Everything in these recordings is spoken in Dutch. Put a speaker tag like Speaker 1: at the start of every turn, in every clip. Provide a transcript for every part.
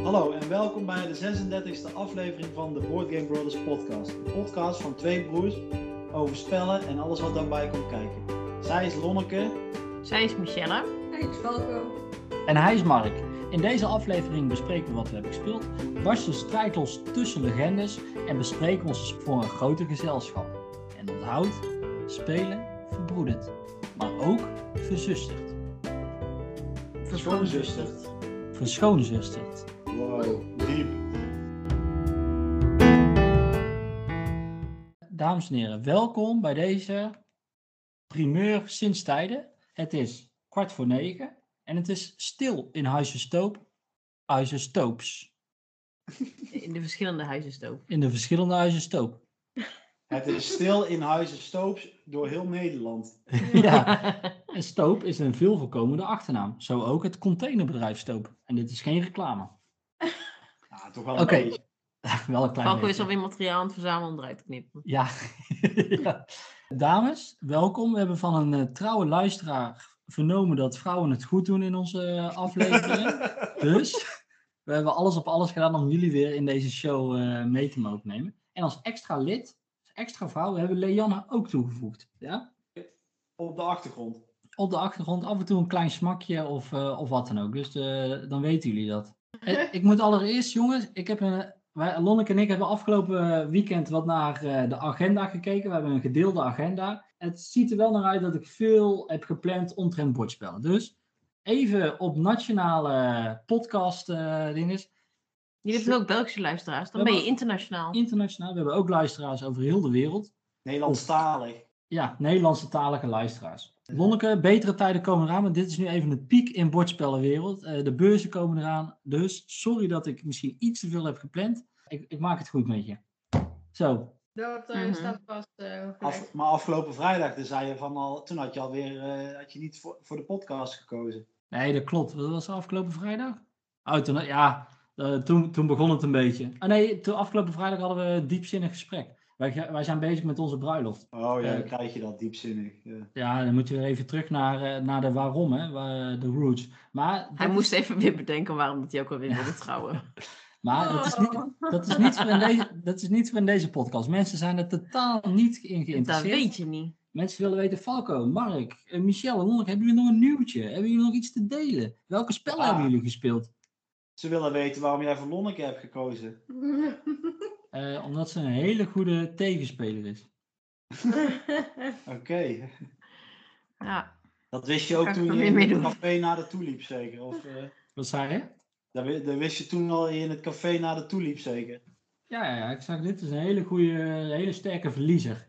Speaker 1: Hallo en welkom bij de 36e aflevering van de Board Game Brothers podcast. Een podcast van twee broers over spellen en alles wat daarbij komt kijken. Zij is Lonneke.
Speaker 2: Zij is Michelle.
Speaker 3: Hij is Falco.
Speaker 4: En hij is Mark. In deze aflevering bespreken we wat we hebben gespeeld, barsten de strijd los tussen legendes en bespreken we ons voor een groter gezelschap. En onthoud, spelen verbroedert, maar ook verzusterd.
Speaker 1: Verschoonzusterd.
Speaker 4: Verschoonzusterd.
Speaker 1: Wow, diep.
Speaker 4: Dames en heren, welkom bij deze primeur sinds tijden. Het is 8:45 en het is stil in Huizen Stoops.
Speaker 2: In de verschillende huizenstoop.
Speaker 4: In de verschillende Huizen Stoop.
Speaker 1: Het is stil in Huizen Stoops door heel Nederland.
Speaker 4: Ja, en Stoop is een veel voorkomende achternaam. Zo ook het containerbedrijf Stoop. En dit is geen reclame.
Speaker 1: Ja, toch wel een
Speaker 4: Oké.
Speaker 1: beetje.
Speaker 4: Wel een klein
Speaker 2: Falco is
Speaker 4: beetje.
Speaker 2: alweer materiaal aan het verzamelen om eruit te knippen.
Speaker 4: Ja. Ja. Dames, welkom. We hebben van een trouwe luisteraar vernomen dat vrouwen het goed doen in onze aflevering. Dus we hebben alles op alles gedaan om jullie weer in deze show mee te mogen nemen. En als extra lid, als extra vrouw, we hebben Leanne ook toegevoegd. Ja?
Speaker 1: Op de achtergrond.
Speaker 4: Op de achtergrond af en toe een klein smakje of wat dan ook. Dus dan weten jullie dat. Ik moet allereerst, jongens, Lonneke en ik hebben afgelopen weekend wat naar de agenda gekeken. We hebben een gedeelde agenda. Het ziet er wel naar uit dat ik veel heb gepland omtrent bordspellen. Dus even op nationale podcast dinges.
Speaker 2: Jullie hebben ook Belgische luisteraars, dan ben je internationaal.
Speaker 4: Internationaal. We hebben ook luisteraars over heel de wereld.
Speaker 1: Nederlandstalig.
Speaker 4: Ja, Nederlandse talige luisteraars. Lonneke, betere tijden komen eraan, maar dit is nu even een piek in bordspellenwereld. De beurzen komen eraan, dus sorry dat ik misschien iets te veel heb gepland. Ik maak het goed met je. Zo.
Speaker 3: Dat staat vast.
Speaker 1: Maar afgelopen vrijdag zei je toen had je alweer had je niet voor de podcast gekozen.
Speaker 4: Nee, dat klopt. Wat was er afgelopen vrijdag? Toen begon het een beetje. Afgelopen vrijdag hadden we een diepzinnig gesprek. Wij zijn bezig met onze bruiloft.
Speaker 1: Oh ja, dan krijg je dat diepzinnig. Ja.
Speaker 4: Ja, dan moet je weer even terug naar de waarom, hè? De roots. Maar
Speaker 2: Hij moest even weer bedenken waarom dat hij ook alweer wilde trouwen.
Speaker 4: Maar dat is niet voor in deze podcast. Mensen zijn er totaal niet in
Speaker 2: Dat
Speaker 4: geïnteresseerd.
Speaker 2: weet je niet.
Speaker 4: Mensen willen weten, Falco, Mark, Michelle, Lonneke, hebben jullie nog een nieuwtje? Hebben jullie nog iets te delen? Welke spellen hebben jullie gespeeld?
Speaker 1: Ze willen weten waarom jij voor Lonneke hebt gekozen.
Speaker 4: Omdat ze een hele goede tegenspeler is.
Speaker 1: Oké.
Speaker 2: Ja.
Speaker 1: Dat wist je ook
Speaker 2: Ga ik
Speaker 1: toen
Speaker 2: er
Speaker 1: je
Speaker 2: weer
Speaker 1: in
Speaker 2: mee
Speaker 1: het
Speaker 2: doen.
Speaker 1: café naar de toe liep, zeker? Of,
Speaker 4: Wat zei je?
Speaker 1: dat wist je toen al je in het café naar de toe liep, zeker?
Speaker 4: Ja, ik zag dit is een hele sterke verliezer.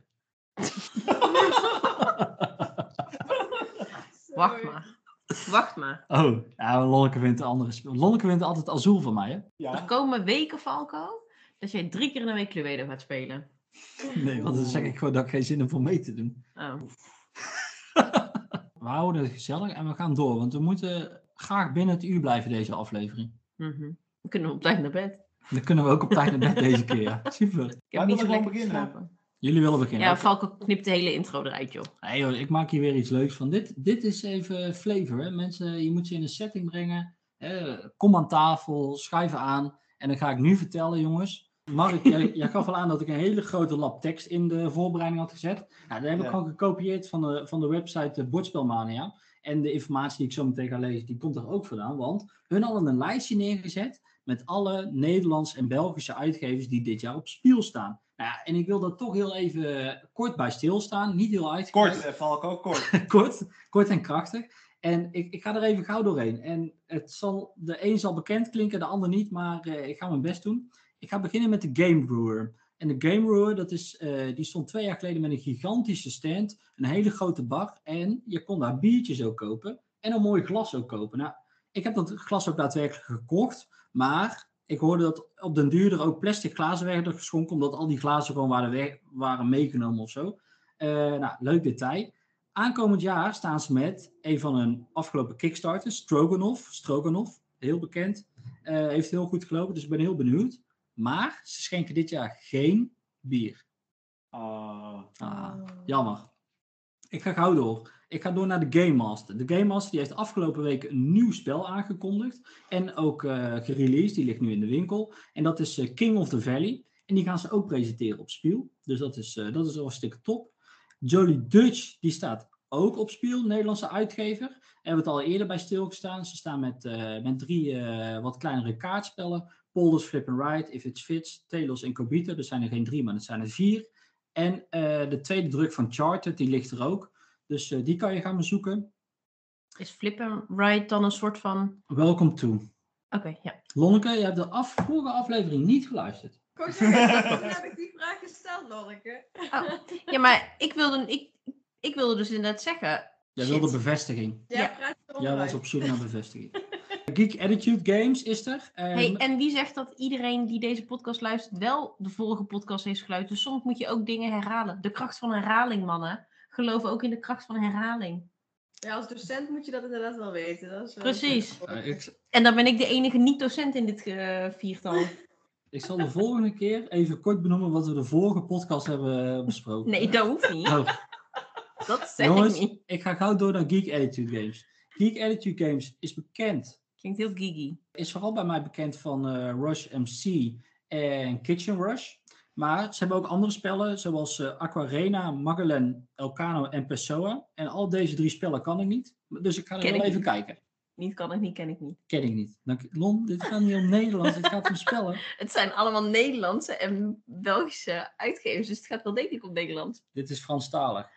Speaker 2: Wacht maar.
Speaker 4: Oh, ja, Lonneke wint de andere spel. Lonneke wint altijd Azul van mij, hè?
Speaker 2: Er
Speaker 1: Ja.
Speaker 2: komen weken, Falco, dat jij 3 keer in de week Cluedo gaat spelen.
Speaker 4: Nee, want dan zeg ik gewoon dat ik geen zin heb om mee te doen.
Speaker 2: Oh.
Speaker 4: We houden het gezellig en we gaan door, want we moeten graag binnen het uur blijven deze aflevering.
Speaker 2: Mhm. Dan kunnen we op tijd naar bed.
Speaker 4: Dan kunnen we ook op tijd naar bed deze keer, ja. Super.
Speaker 2: Ik
Speaker 1: Wij
Speaker 2: heb niet zo
Speaker 1: willen
Speaker 2: lekker
Speaker 1: gewoon beginnen.
Speaker 2: geslapen.
Speaker 4: Jullie willen beginnen.
Speaker 2: Ja, Falco knipt de hele intro eruit, joh.
Speaker 4: Nee joh, ik maak hier weer iets leuks van. Dit is even flavor, hè. Mensen, je moet ze in een setting brengen. Kom aan tafel, schuif aan. En dan ga ik nu vertellen, jongens. Mark, jij gaf al aan dat ik een hele grote lap tekst in de voorbereiding had gezet. Nou, dat heb ik gewoon gekopieerd van de website Bordspelmania. En de informatie die ik zo meteen ga lezen, die komt er ook vandaan. Want hun hadden een lijstje neergezet met alle Nederlandse en Belgische uitgevers die dit jaar op spiel staan. Nou ja, en ik wil daar toch heel even kort bij stilstaan. Niet heel uitgebreid.
Speaker 1: Kort, Falco, kort.
Speaker 4: kort en krachtig. En ik ga er even gauw doorheen. En de een zal bekend klinken, de ander niet. Maar ik ga mijn best doen. Ik ga beginnen met de Game Brewer. En de Game Brewer, die stond 2 jaar geleden met een gigantische stand. Een hele grote bar. En je kon daar biertjes ook kopen. En een mooi glas ook kopen. Nou, ik heb dat glas ook daadwerkelijk gekocht. Maar ik hoorde dat op den duur er ook plastic glazen werden geschonken. Omdat al die glazen gewoon waren meegenomen of zo. Leuk detail. Aankomend jaar staan ze met een van hun afgelopen Kickstarter. Stroganoff, heel bekend. Heeft heel goed gelopen, dus ik ben heel benieuwd. Maar ze schenken dit jaar geen bier. Jammer. Ik ga gauw door. Ik ga door naar de Game Master. De Game Master die heeft afgelopen week een nieuw spel aangekondigd. En ook gereleased. Die ligt nu in de winkel. En dat is King of the Valley. En die gaan ze ook presenteren op Spiel. Dus dat is hartstikke top. Jolly Dutch die staat ook op Spiel. Nederlandse uitgever. Daar hebben we het al eerder bij stilgestaan. Ze staan met 3 wat kleinere kaartspellen. Polders, Flip and Ride, If It Fits, Telos en Kobita. Er zijn er geen 3, maar er zijn er 4. En de tweede druk van Chartered, die ligt er ook. Dus die kan je gaan bezoeken.
Speaker 2: Is Flip and Ride dan een soort van...
Speaker 4: Welcome to.
Speaker 2: Oké, ja.
Speaker 4: Lonneke, je hebt de vorige aflevering niet geluisterd.
Speaker 3: Ik wou zeggen, toen heb ik die vraag gesteld, Lonneke.
Speaker 2: Oh. Ja, maar ik wilde dus inderdaad zeggen...
Speaker 4: Jij wilde bevestiging.
Speaker 3: Ja, praat er
Speaker 4: Jij
Speaker 3: onderuit.
Speaker 4: was op zoek naar bevestiging. Geek Attitude Games is er.
Speaker 2: Hey, en wie zegt dat iedereen die deze podcast luistert wel de vorige podcast heeft geluisterd? Dus soms moet je ook dingen herhalen. De kracht van herhaling, mannen. Geloof ook in de kracht van herhaling.
Speaker 3: Ja, als docent moet je dat inderdaad wel weten. Dat is wel
Speaker 2: Precies.
Speaker 4: Ik
Speaker 2: En dan ben ik de enige niet-docent in dit viertal.
Speaker 4: zal de volgende keer even kort benoemen wat we de vorige podcast hebben besproken.
Speaker 2: Nee, dat hoeft niet.
Speaker 4: Oh,
Speaker 2: Dat zeg
Speaker 4: jongens,
Speaker 2: ik niet.
Speaker 4: ik ga gauw door naar Geek Attitude Games. Geek Attitude Games is bekend.
Speaker 2: Klinkt heel geeky.
Speaker 4: Is vooral bij mij bekend van Rush MC en Kitchen Rush. Maar ze hebben ook andere spellen, zoals Aquarena, Magellan, Elcano en Pessoa. En al deze 3 spellen kan ik niet. Dus ik ga er
Speaker 2: Ken
Speaker 4: wel
Speaker 2: ik
Speaker 4: even
Speaker 2: niet.
Speaker 4: kijken.
Speaker 2: Niet kan ik niet, ken ik niet.
Speaker 4: Ken ik niet. Lon, dit gaat niet om Nederlands, dit gaat om spellen.
Speaker 2: Het zijn allemaal Nederlandse en Belgische uitgevers, dus het gaat wel degelijk om Nederlands.
Speaker 4: Dit is Franstalig.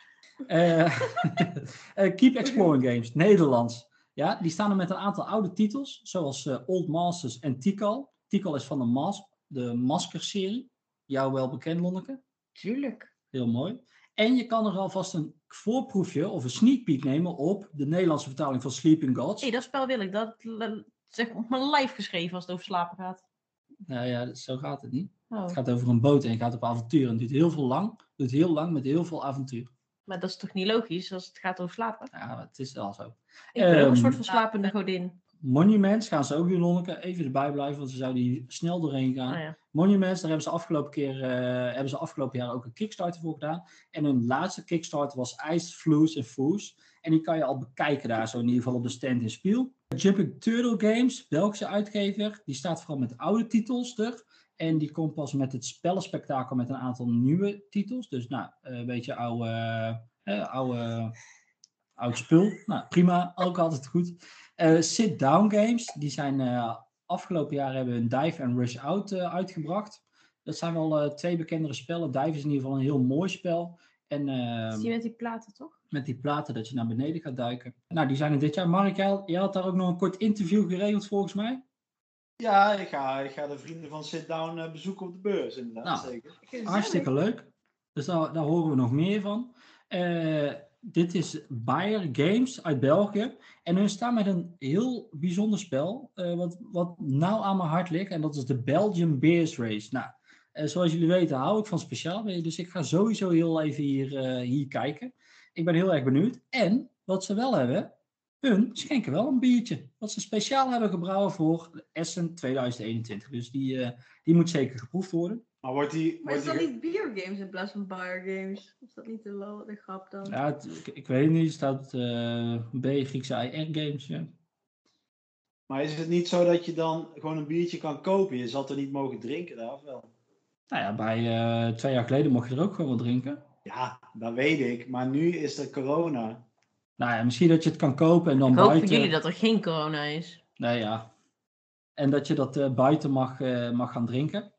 Speaker 4: Keep Exploring Games, Nederlands. Ja, die staan er met een aantal oude titels, zoals Old Masters en Tikal. Tikal is van de Masker-serie. Jou wel bekend, Lonneke.
Speaker 2: Tuurlijk.
Speaker 4: Heel mooi. En je kan er alvast een voorproefje of een sneak peek nemen op de Nederlandse vertaling van Sleeping Gods.
Speaker 2: Hé, dat spel wil ik. Dat zeg op mijn live geschreven als het over slapen gaat.
Speaker 4: Nou ja, zo gaat het niet.
Speaker 2: Oh.
Speaker 4: Het gaat over een boot en je gaat op avontuur. En het duurt heel veel lang. Het duurt heel lang met heel veel avontuur.
Speaker 2: Maar dat is toch niet logisch als het gaat over slapen?
Speaker 4: Ja, het is wel zo.
Speaker 2: Ik ben ook een soort
Speaker 4: Ehm,
Speaker 2: van slapende godin.
Speaker 4: Monuments gaan ze ook doen, Lonneke. Even erbij blijven, want ze zouden hier snel doorheen gaan.
Speaker 2: Oh, ja.
Speaker 4: Monuments, daar hebben ze afgelopen jaar ook een Kickstarter voor gedaan. En hun laatste Kickstarter was Ice, Flues en Foos. En die kan je al bekijken daar, zo in ieder geval op de stand in Spiel. Jumping Turtle Games, Belgische uitgever, die staat vooral met oude titels er. En die komt pas met het spellenspectakel met een aantal nieuwe titels. Dus nou, een beetje oud spul. Nou, prima, ook altijd goed. Sit Down Games, die zijn afgelopen jaar hebben een Dive en Rush Out uitgebracht. Dat zijn wel 2 bekendere spellen. Dive is in ieder geval een heel mooi spel. En
Speaker 2: Zie je met die platen, toch?
Speaker 4: met die platen dat je naar beneden gaat duiken. Nou, die zijn er dit jaar. Mark, jij had daar ook nog een kort interview geregeld volgens mij.
Speaker 1: Ja, ik ga de vrienden van Sit Down bezoeken op de beurs, inderdaad.
Speaker 4: Nou.
Speaker 1: Zeker.
Speaker 4: Hartstikke leuk. Dus daar horen we nog meer van. Dit is Bayer Games uit België. En hun staan met een heel bijzonder spel. Wat nauw aan mijn hart ligt. En dat is de Belgian Beers Race. Nou, zoals jullie weten hou ik van speciaal. Dus ik ga sowieso heel even hier kijken. Ik ben heel erg benieuwd. En wat ze wel hebben. Hun schenken wel een biertje. Wat ze speciaal hebben gebrouwen voor Essen 2021. Dus die moet zeker geproefd worden.
Speaker 1: Maar wordt die...
Speaker 3: Maar is dat niet Beer Games in plaats van Bayer Games? Is dat niet de grap dan?
Speaker 4: Ja, ik weet het niet. Er staat B, Griekse IR Games. Ja.
Speaker 1: Maar is het niet zo dat je dan gewoon een biertje kan kopen? Je zal er niet mogen drinken daar, of wel?
Speaker 4: Nou ja, bij 2 jaar geleden mocht je er ook gewoon wat drinken.
Speaker 1: Ja, dat weet ik. Maar nu is er corona.
Speaker 4: Nou ja, misschien dat je het kan kopen en dan
Speaker 2: Ik hoop
Speaker 4: buiten...
Speaker 2: voor jullie dat er geen corona is.
Speaker 4: Nee, ja. En dat je dat buiten mag gaan drinken.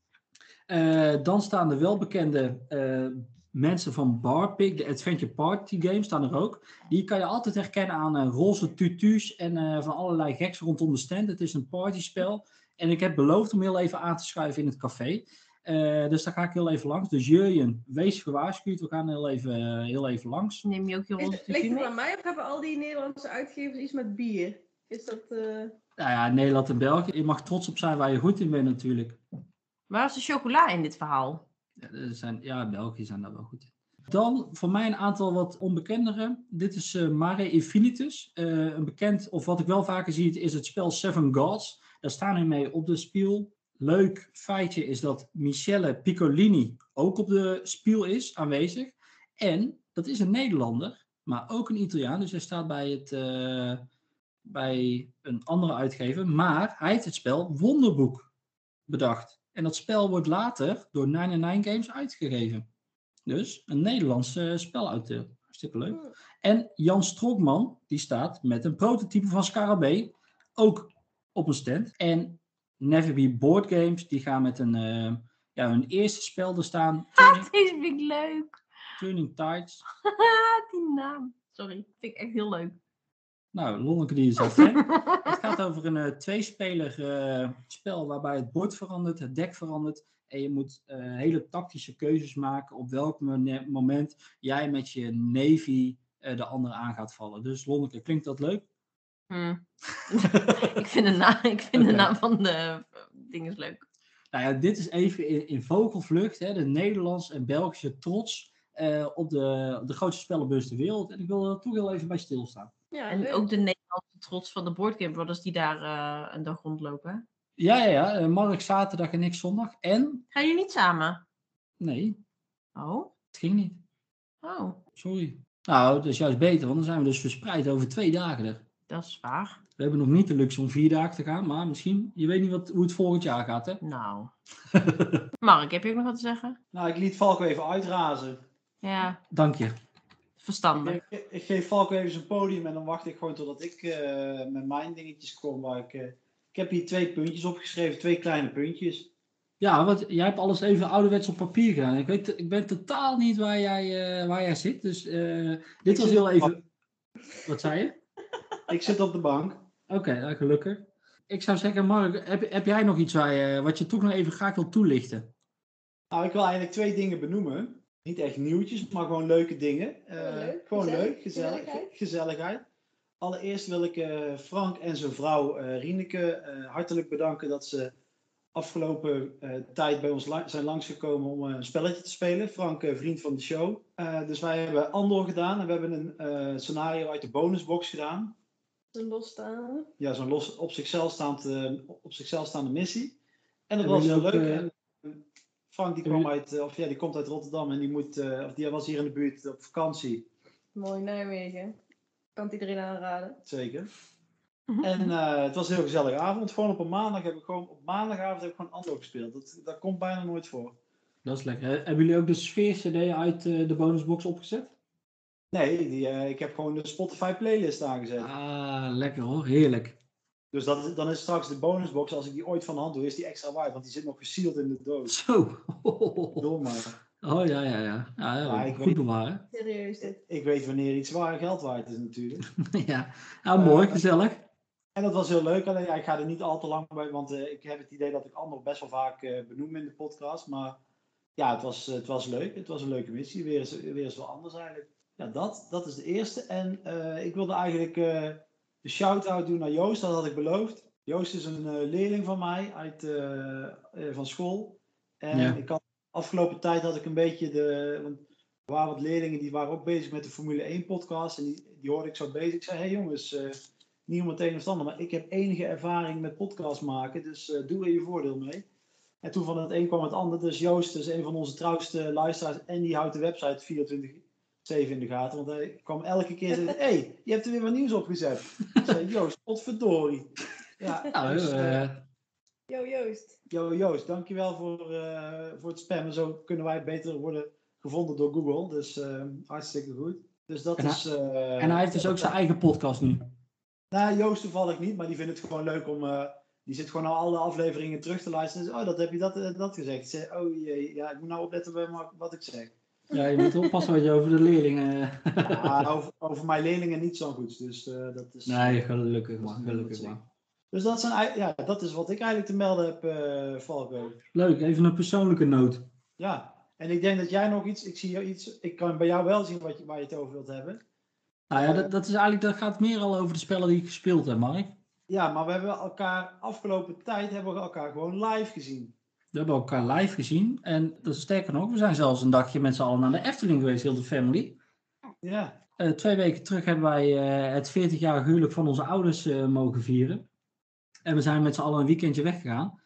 Speaker 4: Dan staan de welbekende mensen van Barpig, de Adventure Party Games, staan er ook. Die kan je altijd herkennen aan roze tutus en van allerlei geks rondom de stand. Het is een partyspel. En ik heb beloofd om heel even aan te schuiven in het café. Dus daar ga ik heel even langs. Dus Jurjen, wees gewaarschuwd. We gaan heel even langs.
Speaker 2: Neem je ook je roze
Speaker 3: Ligt
Speaker 2: tutu
Speaker 3: het
Speaker 2: mee?
Speaker 3: aan mij of hebben al die Nederlandse uitgevers iets met bier? Is dat...
Speaker 4: Nou ja, Nederland en België. Je mag trots op zijn waar je goed in bent natuurlijk.
Speaker 2: Waar is de chocola in dit verhaal?
Speaker 4: België zijn daar wel goed in. Dan voor mij een aantal wat onbekendere. Dit is Mare Infinitus. Een bekend, of wat ik wel vaker zie, is het spel Seven Gods. Daar staan we mee op de spiel. Leuk feitje is dat Michele Piccolini ook op de spiel is aanwezig. En dat is een Nederlander. maar ook een Italiaan. Dus hij staat bij een andere uitgever. Maar hij heeft het spel Wonderboek bedacht. En dat spel wordt later door 99 Games uitgegeven. Dus een Nederlandse spelauteur. Hartstikke leuk. En Jan Strokman, die staat met een prototype van Scarabée. Ook op een stand. En Neverby Board Games, die gaan met hun eerste spel er staan.
Speaker 2: Deze vind ik leuk.
Speaker 4: Turning Tides.
Speaker 2: Die naam. Sorry, vind ik echt heel leuk.
Speaker 4: Nou, Lonneke die is al fan. Het gaat over een tweespeler spel waarbij het bord verandert, het dek verandert. En je moet hele tactische keuzes maken op welk moment jij met je Navy de andere aan gaat vallen. Dus Lonneke, klinkt dat leuk?
Speaker 2: Ik vind de naam van de ding is leuk.
Speaker 4: Nou ja, dit is even in vogelvlucht, hè, de Nederlandse en Belgische trots op de grootste spellenbeurs ter wereld. En ik wil er toch heel even bij stilstaan.
Speaker 3: Ja,
Speaker 2: En
Speaker 3: leuk.
Speaker 2: ook de Nederlandse trots van de Board Game Brothers die daar een dag rondlopen.
Speaker 4: Ja. Mark zaterdag en ik zondag. En?
Speaker 2: Gaan jullie niet samen?
Speaker 4: Nee,
Speaker 2: Oh.
Speaker 4: het ging niet.
Speaker 2: Oh,
Speaker 4: Sorry. Nou, dat is juist beter, want dan zijn we dus verspreid over 2 dagen er.
Speaker 2: dat is waar.
Speaker 4: We hebben nog niet de luxe om 4 dagen te gaan, maar misschien, je weet niet hoe het volgend jaar gaat, hè?
Speaker 2: Nou. Mark, heb je ook nog wat te zeggen?
Speaker 1: Nou, ik liet Falco even uitrazen.
Speaker 2: Ja,
Speaker 4: Dank je.
Speaker 2: verstandig.
Speaker 1: Ik geef Falco even zijn podium en dan wacht ik gewoon totdat ik met mijn dingetjes kom. Ik heb hier 2 puntjes opgeschreven, 2 kleine puntjes.
Speaker 4: Ja, want jij hebt alles even ouderwets op papier gedaan. Ik ben totaal niet waar jij zit, dus dit was heel even... Wat zei je?
Speaker 1: Ik zit op de bank.
Speaker 4: Oké, gelukkig. Ik zou zeggen, Mark, heb jij nog iets wat je toch nog even graag wil toelichten?
Speaker 1: Nou, ik wil eigenlijk 2 dingen benoemen. Niet echt nieuwtjes, maar gewoon leuke dingen. Gewoon leuk, gezelligheid. Allereerst wil ik Frank en zijn vrouw Rieneke hartelijk bedanken dat ze afgelopen tijd bij ons zijn langsgekomen om een spelletje te spelen. Frank, vriend van de show. Dus wij hebben Andor gedaan en we hebben een scenario uit de bonusbox gedaan.
Speaker 3: Een losstaande.
Speaker 1: Ja, zo'n op zichzelf staande missie. En dat was heel leuk. Frank die komt uit Rotterdam en die was hier in de buurt op vakantie.
Speaker 3: Mooi Nijmegen. Kan het iedereen aanraden.
Speaker 1: Zeker. En het was een heel gezellige avond. Gewoon op maandagavond heb ik gewoon Andor gespeeld. Dat komt bijna nooit voor.
Speaker 4: Dat is lekker. Hebben jullie ook de sfeer-cd uit de bonusbox opgezet?
Speaker 1: Nee, ik heb gewoon de Spotify playlist aangezet.
Speaker 4: Ah, lekker hoor. Heerlijk.
Speaker 1: Dus dan is straks de bonusbox, als ik die ooit van de hand doe, is die extra waard. Want die zit nog gesealed in de doos.
Speaker 4: Zo.
Speaker 1: Doe maar.
Speaker 4: Oh ja.
Speaker 1: ik
Speaker 4: Goed
Speaker 1: weet-
Speaker 4: bewaren.
Speaker 3: Serieus dit.
Speaker 1: Ik weet wanneer iets geld waard is natuurlijk.
Speaker 4: Ja, nou, mooi, gezellig.
Speaker 1: En dat was heel leuk. Alleen ik ga er niet al te lang bij, want ik heb het idee dat ik Andor best wel vaak benoem in de podcast. Maar ja, het was leuk. Het was een leuke missie. Weer eens wel anders eigenlijk. Ja, dat is de eerste. En ik wilde eigenlijk de shout-out doen naar Joost. Dat had ik beloofd. Joost is een leerling van mij van school. En
Speaker 4: Ja.
Speaker 1: Afgelopen tijd had ik een beetje want er waren wat leerlingen die waren ook bezig met de Formule 1 podcast. En die hoorde ik zo bezig. Ik zei, hey jongens, niet om het een of het ander, maar ik heb enige ervaring met podcast maken. Dus doe er je voordeel mee. En toen van het een kwam het ander. Dus Joost is een van onze trouwste luisteraars. En die houdt de website 24/7 in de gaten. Want hij kwam elke keer en zei, hey, je hebt er weer wat nieuws op gezet. Ik zei, Joost, potverdorie. Ja,
Speaker 4: Nou,
Speaker 1: dus,
Speaker 3: Yo Joost.
Speaker 1: Yo, Joost, dankjewel voor het spammen. Zo kunnen wij beter worden gevonden door Google. Dus hartstikke goed. Dus dat is...
Speaker 4: en hij heeft dus ook zijn eigen podcast nu.
Speaker 1: Nou, Joost toevallig niet, maar die vindt het gewoon leuk om... die zit gewoon naar alle afleveringen terug te luisteren. En zegt, dat heb je dat gezegd. Ik zeg, oh jee, ja, ik moet nou opletten bij wat ik zeg.
Speaker 4: Ja, je moet oppassen wat je over de leerlingen...
Speaker 1: Ja, over mijn leerlingen niet zo goed. Dus dat is...
Speaker 4: Nee, gelukkig maar.
Speaker 1: Dus dat is wat ik eigenlijk te melden heb, Falco.
Speaker 4: Leuk, even een persoonlijke noot.
Speaker 1: Ja, en ik denk dat jij nog iets... Ik kan bij jou wel zien waar je het over wilt hebben.
Speaker 4: Nou ja, dat gaat meer al over de spellen die ik gespeeld heb, Mark.
Speaker 1: Ja, maar we hebben afgelopen tijd elkaar gewoon live gezien.
Speaker 4: We hebben elkaar live gezien. En dat is sterker nog, we zijn zelfs een dagje met z'n allen naar de Efteling geweest, heel de family.
Speaker 1: Ja.
Speaker 4: 2 weken terug hebben wij het 40-jarig huwelijk van onze ouders mogen vieren. En we zijn met z'n allen een weekendje weggegaan.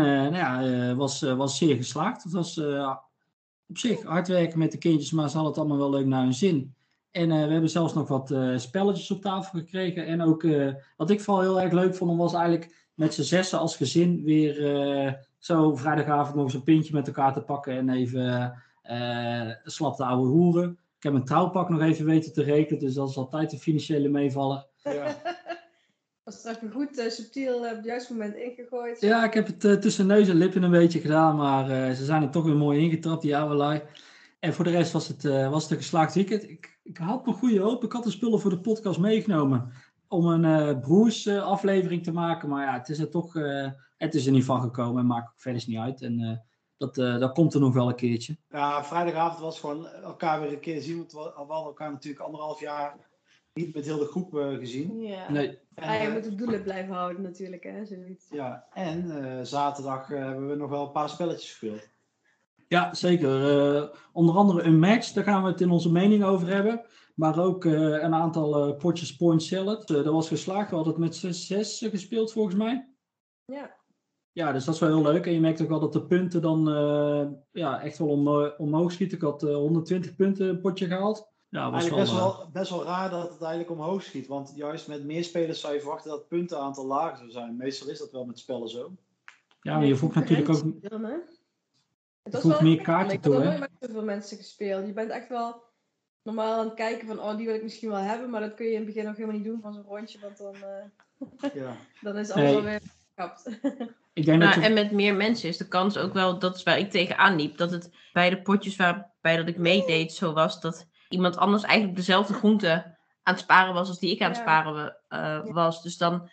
Speaker 4: En was zeer geslaagd. Het was op zich hard werken met de kindjes, maar ze hadden het allemaal wel leuk naar hun zin. En we hebben zelfs nog wat spelletjes op tafel gekregen. En ook, wat ik vooral heel erg leuk vond, was eigenlijk met z'n zessen als gezin weer zo vrijdagavond nog eens een pintje met elkaar te pakken. En even slap de oude hoeren. Ik heb mijn trouwpak nog even weten te rekenen. Dus dat is altijd een financiële meevaller.
Speaker 1: Ja.
Speaker 3: Was het even goed subtiel op het juiste moment ingegooid.
Speaker 4: Ja, ik heb het tussen neus en lippen een beetje gedaan. Maar ze zijn er toch weer mooi ingetrapt, die oude lui. En voor de rest was het een geslaagd weekend. Ik had nog goede hoop. Ik had de spullen voor de podcast meegenomen. Om een broers aflevering te maken. Maar ja, het is er toch het is er niet van gekomen. En maakt ook verder niet uit. En dat komt er nog wel een keertje.
Speaker 1: Ja, vrijdagavond was gewoon elkaar weer een keer zien. Want we hadden elkaar natuurlijk 1,5 jaar niet met heel de groep gezien.
Speaker 3: Ja.
Speaker 4: Nee.
Speaker 1: En,
Speaker 3: Je moet de doelen blijven houden natuurlijk, hè, zoiets.
Speaker 1: ja, en zaterdag hebben we nog wel een paar spelletjes gespeeld.
Speaker 4: Ja, zeker. Onder andere een match, daar gaan we het in onze mening over hebben. Maar ook een aantal potjes point salad. Dat was geslaagd. We hadden het met 6-6 gespeeld volgens mij.
Speaker 3: Ja.
Speaker 4: Ja, dus dat is wel heel leuk. En je merkt ook wel dat de punten dan echt wel omhoog schieten. Ik had 120 punten een potje gehaald. Ja, was
Speaker 1: Eigenlijk best wel raar dat het eigenlijk omhoog schiet. Want juist met meer spelers zou je verwachten dat het puntenaantal lager zou zijn. Meestal is dat wel met spellen zo.
Speaker 4: Ja, maar je voegt natuurlijk ook...
Speaker 3: Dan, hè? Het was
Speaker 4: voegt
Speaker 3: wel
Speaker 4: meer
Speaker 3: echt
Speaker 4: kaarten
Speaker 3: leuk.
Speaker 4: toe,
Speaker 3: Ik heb
Speaker 4: hè?
Speaker 3: nog nooit met zoveel mensen gespeeld. Je bent echt wel normaal aan het kijken van, oh, die wil ik misschien wel hebben. Maar dat kun je in het begin nog helemaal niet doen van zo'n rondje. Want dan,
Speaker 1: Ja.
Speaker 3: dan is alles alweer gekapt.
Speaker 4: Ik denk dat
Speaker 2: En met meer mensen is de kans ook wel, dat is waar ik tegenaan liep, dat het bij de potjes waarbij dat ik meedeed zo was, dat iemand anders eigenlijk dezelfde groente aan het sparen was als die ik aan het sparen was. Dus dan,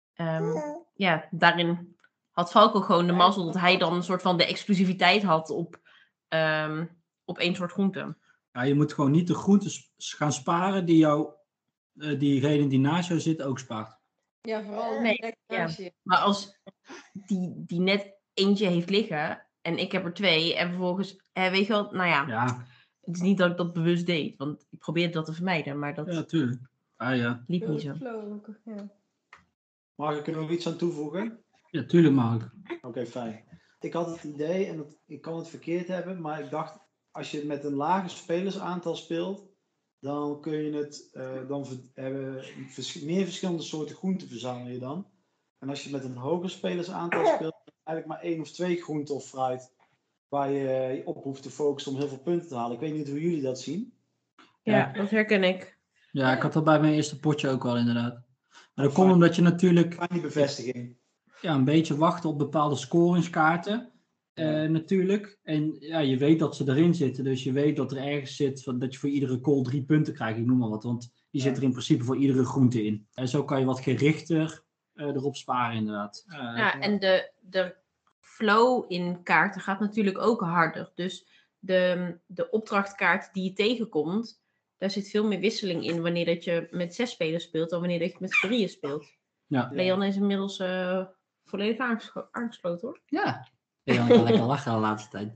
Speaker 2: daarin had Falco gewoon de mazzel dat hij dan een soort van de exclusiviteit had op één soort groente.
Speaker 4: Ja, je moet gewoon niet de groentes gaan sparen die diegene die naast jou zit ook spaart.
Speaker 3: Ja, vooral
Speaker 2: Nee,
Speaker 3: direct
Speaker 2: ja.
Speaker 3: naast je.
Speaker 2: Maar als die net eentje heeft liggen en ik heb er 2 en vervolgens, weet je wel, nou ja,
Speaker 4: Ja,
Speaker 2: het is niet dat ik dat bewust deed, want ik probeerde dat te vermijden, maar dat
Speaker 4: ja, tuurlijk. Ah ja,
Speaker 2: liep niet zo.
Speaker 3: Flow ook, ja.
Speaker 1: Mag ik er nog iets aan toevoegen?
Speaker 4: ja, tuurlijk mag ik.
Speaker 1: Oké, fijn. Ik had het idee, en ik kan het verkeerd hebben, maar ik dacht, als je het met een lager spelersaantal speelt, dan kun je het, meer verschillende soorten groenten verzamelen je dan. En als je met een hoger spelersaantal speelt, dan eigenlijk maar 1 of 2 groenten of fruit waar je op hoeft te focussen om heel veel punten te halen. Ik weet niet hoe jullie dat zien.
Speaker 2: Ja, dat herken ik.
Speaker 4: Ja, ik had dat bij mijn eerste potje ook wel inderdaad. Maar dat komt omdat je natuurlijk
Speaker 1: Fijn die bevestiging.
Speaker 4: een beetje wacht op bepaalde scoringskaarten. Natuurlijk. En ja, je weet dat ze erin zitten. Dus je weet dat er ergens zit dat je voor iedere call 3 punten krijgt. Ik noem maar wat. Want die zit er in principe voor iedere groente in. En zo kan je wat gerichter erop sparen inderdaad.
Speaker 2: En de flow in kaarten gaat natuurlijk ook harder. Dus de opdrachtkaart die je tegenkomt, daar zit veel meer wisseling in wanneer dat je met 6 spelers speelt dan wanneer dat je met 3 speelt.
Speaker 4: Ja.
Speaker 2: Leon is inmiddels volledig aangesloten hoor.
Speaker 4: Ja. Ik kan lekker lachen de laatste tijd.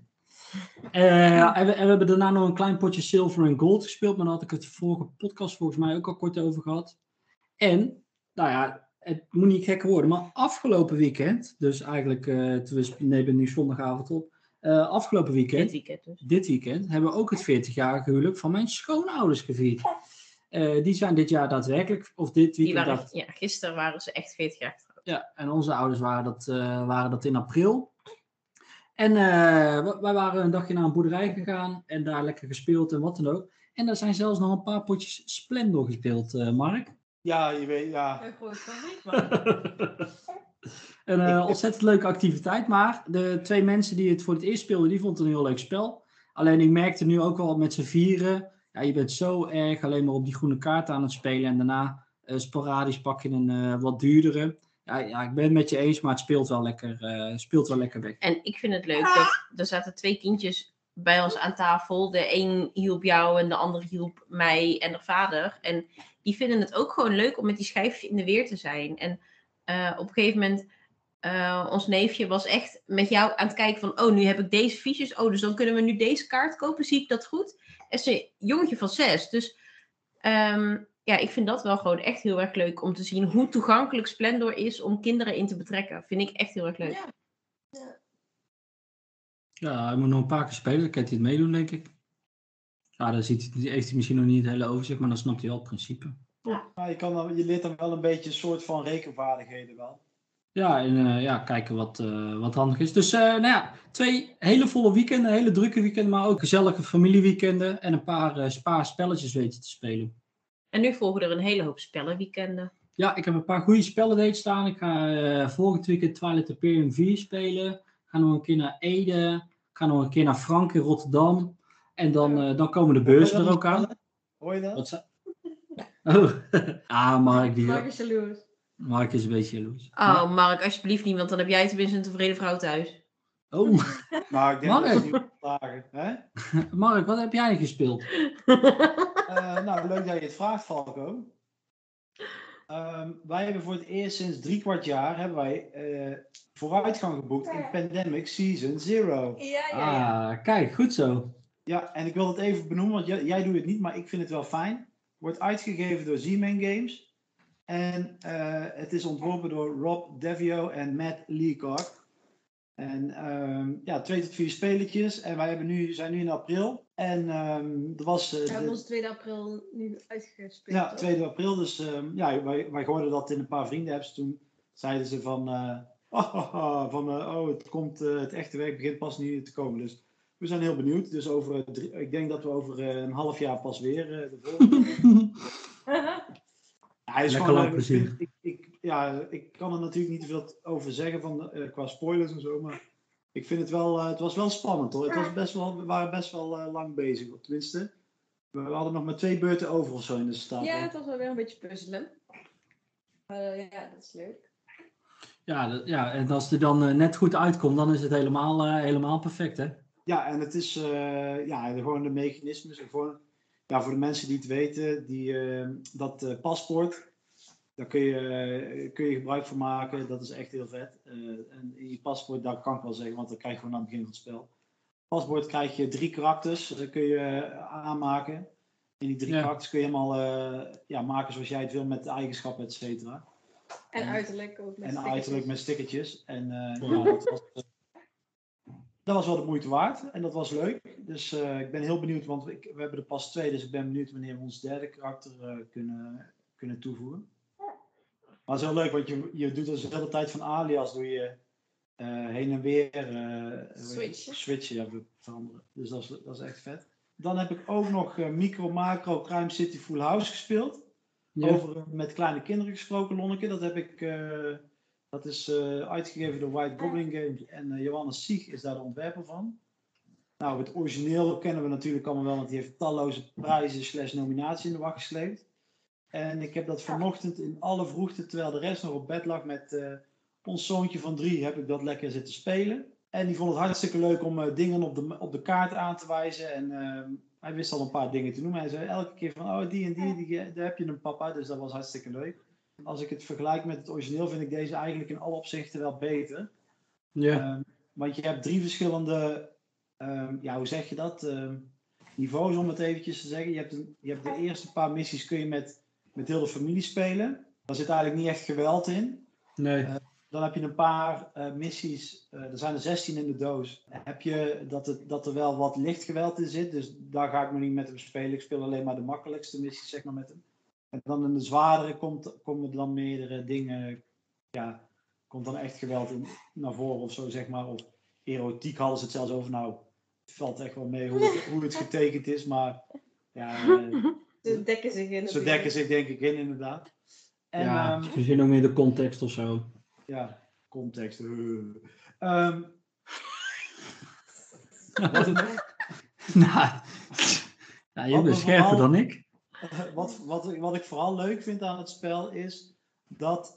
Speaker 4: En we hebben daarna nog een klein potje Silver en Gold gespeeld. Maar daar had ik het vorige podcast volgens mij ook al kort over gehad. En, nou ja, het moet niet gek worden. Maar afgelopen weekend, dus eigenlijk, we nemen nu zondagavond op. Afgelopen weekend, dit weekend, hebben we ook het 40-jarige huwelijk van mijn schoonouders gevierd. Die zijn dit jaar daadwerkelijk, of dit weekend...
Speaker 2: Gisteren waren ze echt 40 jaar getrouwd.
Speaker 4: Ja, en onze ouders waren dat in april. En wij waren een dagje naar een boerderij gegaan en daar lekker gespeeld en wat dan ook. En daar zijn zelfs nog een paar potjes Splendor gespeeld, Mark.
Speaker 1: Ja, je weet, ja.
Speaker 3: Een groot favoriet, man.
Speaker 4: Een ontzettend leuke activiteit, maar de 2 mensen die het voor het eerst speelden, die vonden het een heel leuk spel. Alleen ik merkte nu ook wel met z'n vieren, ja, je bent zo erg alleen maar op die groene kaart aan het spelen en daarna sporadisch pak je een wat duurdere. Ja, ik ben het met je eens, maar het speelt wel lekker weg.
Speaker 2: En ik vind het leuk dat er zaten 2 kindjes bij ons aan tafel. De een hielp jou en de ander hielp mij en de vader. En die vinden het ook gewoon leuk om met die schijfjes in de weer te zijn. En op een gegeven moment, ons neefje was echt met jou aan het kijken van, oh, nu heb ik deze fiches. Oh, dus dan kunnen we nu deze kaart kopen. Zie ik dat goed? Het is een jongetje van 6. Dus ik vind dat wel gewoon echt heel erg leuk om te zien hoe toegankelijk Splendor is om kinderen in te betrekken. Vind ik echt heel erg leuk.
Speaker 3: Ja.
Speaker 4: Ja, hij moet nog een paar keer spelen, dan kan hij het meedoen, denk ik. Ja, daar heeft hij misschien nog niet het hele overzicht, maar dan snapt hij wel het principe.
Speaker 1: Maar je leert dan wel een beetje een soort van rekenvaardigheden wel.
Speaker 4: Ja, en kijken wat handig is. Dus 2 hele volle weekenden, hele drukke weekenden, maar ook gezellige familieweekenden en een paar spelletjes weten te spelen.
Speaker 2: En nu volgen er een hele hoop spellenweekenden.
Speaker 4: Ja, ik heb een paar goede spellen deed staan. Ik ga volgend weekend Twilight Imperium 4 spelen. Ik ga nog een keer naar Ede. Ik ga nog een keer naar Frank in Rotterdam. En dan komen de beurzen er ook aan.
Speaker 1: Hoor je dat?
Speaker 4: Wat Oh. Mark,
Speaker 3: Mark is jaloers.
Speaker 4: Mark is een beetje jaloers.
Speaker 2: Oh, Mark, alsjeblieft niet, want dan heb jij tenminste een tevreden vrouw thuis.
Speaker 4: Oh,
Speaker 1: Nou, ik denk
Speaker 4: Mark.
Speaker 1: dat ze niet op dagen. Hè?
Speaker 4: Mark, wat heb jij gespeeld?
Speaker 1: Nou, leuk dat je het vraagt, Falco. Wij hebben voor het eerst sinds 3/4 jaar hebben wij vooruitgang geboekt in Pandemic Season 0.
Speaker 3: Ja.
Speaker 4: Kijk, goed zo.
Speaker 1: Ja, en ik wil het even benoemen, want jij doet het niet, maar ik vind het wel fijn. Wordt uitgegeven door Z-Man Games. En het is ontworpen door Rob Devio en Matt Leacock. En 2 tot 4 spelletjes. En wij zijn nu in april. En er was...
Speaker 3: We hebben ons 2 april nu uitgespeeld.
Speaker 1: Ja,
Speaker 3: toch?
Speaker 1: 2 april. Dus wij hoorden dat in een paar vrienden-apps. Toen zeiden ze van... het echte werk begint pas nu te komen. Dus we zijn heel benieuwd. Dus ik denk dat we over een half jaar pas weer de volgende... Hij is
Speaker 4: Lekker
Speaker 1: gewoon
Speaker 4: lang plezier.
Speaker 1: ik kan er natuurlijk niet te veel over zeggen qua spoilers en zo, maar ik vind het wel, het was wel spannend hoor. We waren best wel lang bezig, tenminste. We hadden nog maar 2 beurten over of zo in de stapel.
Speaker 3: Ja, het was wel weer een beetje puzzelen. Ja, dat is leuk.
Speaker 4: Ja, en als het er dan net goed uitkomt, dan is het helemaal perfect, hè?
Speaker 1: Ja, en het is gewoon de mechanismes. Voor de mensen die het weten, dat paspoort, daar kun je gebruik van maken. Dat is echt heel vet. En in je paspoort, dat kan ik wel zeggen, want dat krijg je gewoon aan het begin van het spel. Paspoort krijg je 3 karakters, dat kun je aanmaken. En die 3 karakters kun je helemaal maken zoals jij het wil met de eigenschappen, et cetera.
Speaker 3: En uiterlijk ook met stickertjes.
Speaker 1: Uiterlijk met stickertjes. En dat was wel de moeite waard. En dat was leuk. Dus ik ben heel benieuwd, want we hebben er pas 2. Dus ik ben benieuwd wanneer we ons 3e karakter kunnen toevoegen. Maar het is heel leuk, want je doet dus de hele tijd van alias doe je heen en weer switchen veranderen. Dus dat is echt vet. Dan heb ik ook nog Micro Macro Crime City Full House gespeeld.
Speaker 4: Ja.
Speaker 1: Over met kleine kinderen gesproken, Lonneke. Dat is uitgegeven door White Goblin Games en Johannes Sieg is daar de ontwerper van. Nou, het origineel kennen we natuurlijk allemaal wel, want die heeft talloze prijzen / nominaties in de wacht gesleept. En ik heb dat vanochtend in alle vroegte, terwijl de rest nog op bed lag met ons zoontje van 3, heb ik dat lekker zitten spelen. En die vond het hartstikke leuk om dingen op de kaart aan te wijzen. En hij wist al een paar dingen te noemen. Hij zei elke keer van, die en die, daar heb je een papa. Dus dat was hartstikke leuk. Als ik het vergelijk met het origineel, vind ik deze eigenlijk in alle opzichten wel beter.
Speaker 4: Ja.
Speaker 1: Want je hebt 3 verschillende, hoe zeg je dat? Niveaus, om het eventjes te zeggen. Je hebt de eerste paar missies kun je met heel de familie spelen. Daar zit eigenlijk niet echt geweld in.
Speaker 4: Nee.
Speaker 1: Dan heb je een paar missies, er zijn er 16 in de doos. Heb je dat er wel wat licht geweld in zit, dus daar ga ik nog niet met hem spelen. Ik speel alleen maar de makkelijkste missies, zeg maar, met hem. En dan in de zwaardere komen dan meerdere dingen, komt dan echt geweld naar voren of zo, zeg maar. Of erotiek hadden ze het zelfs over. Nou, het valt echt wel mee hoe het getekend is, maar
Speaker 3: Ze dekken zich in.
Speaker 1: Ze dekken zich denk ik in, inderdaad. En,
Speaker 4: misschien ook meer de context of zo.
Speaker 1: Ja, context.
Speaker 4: Je bent scherper dan ik.
Speaker 1: Wat ik vooral leuk vind aan het spel is dat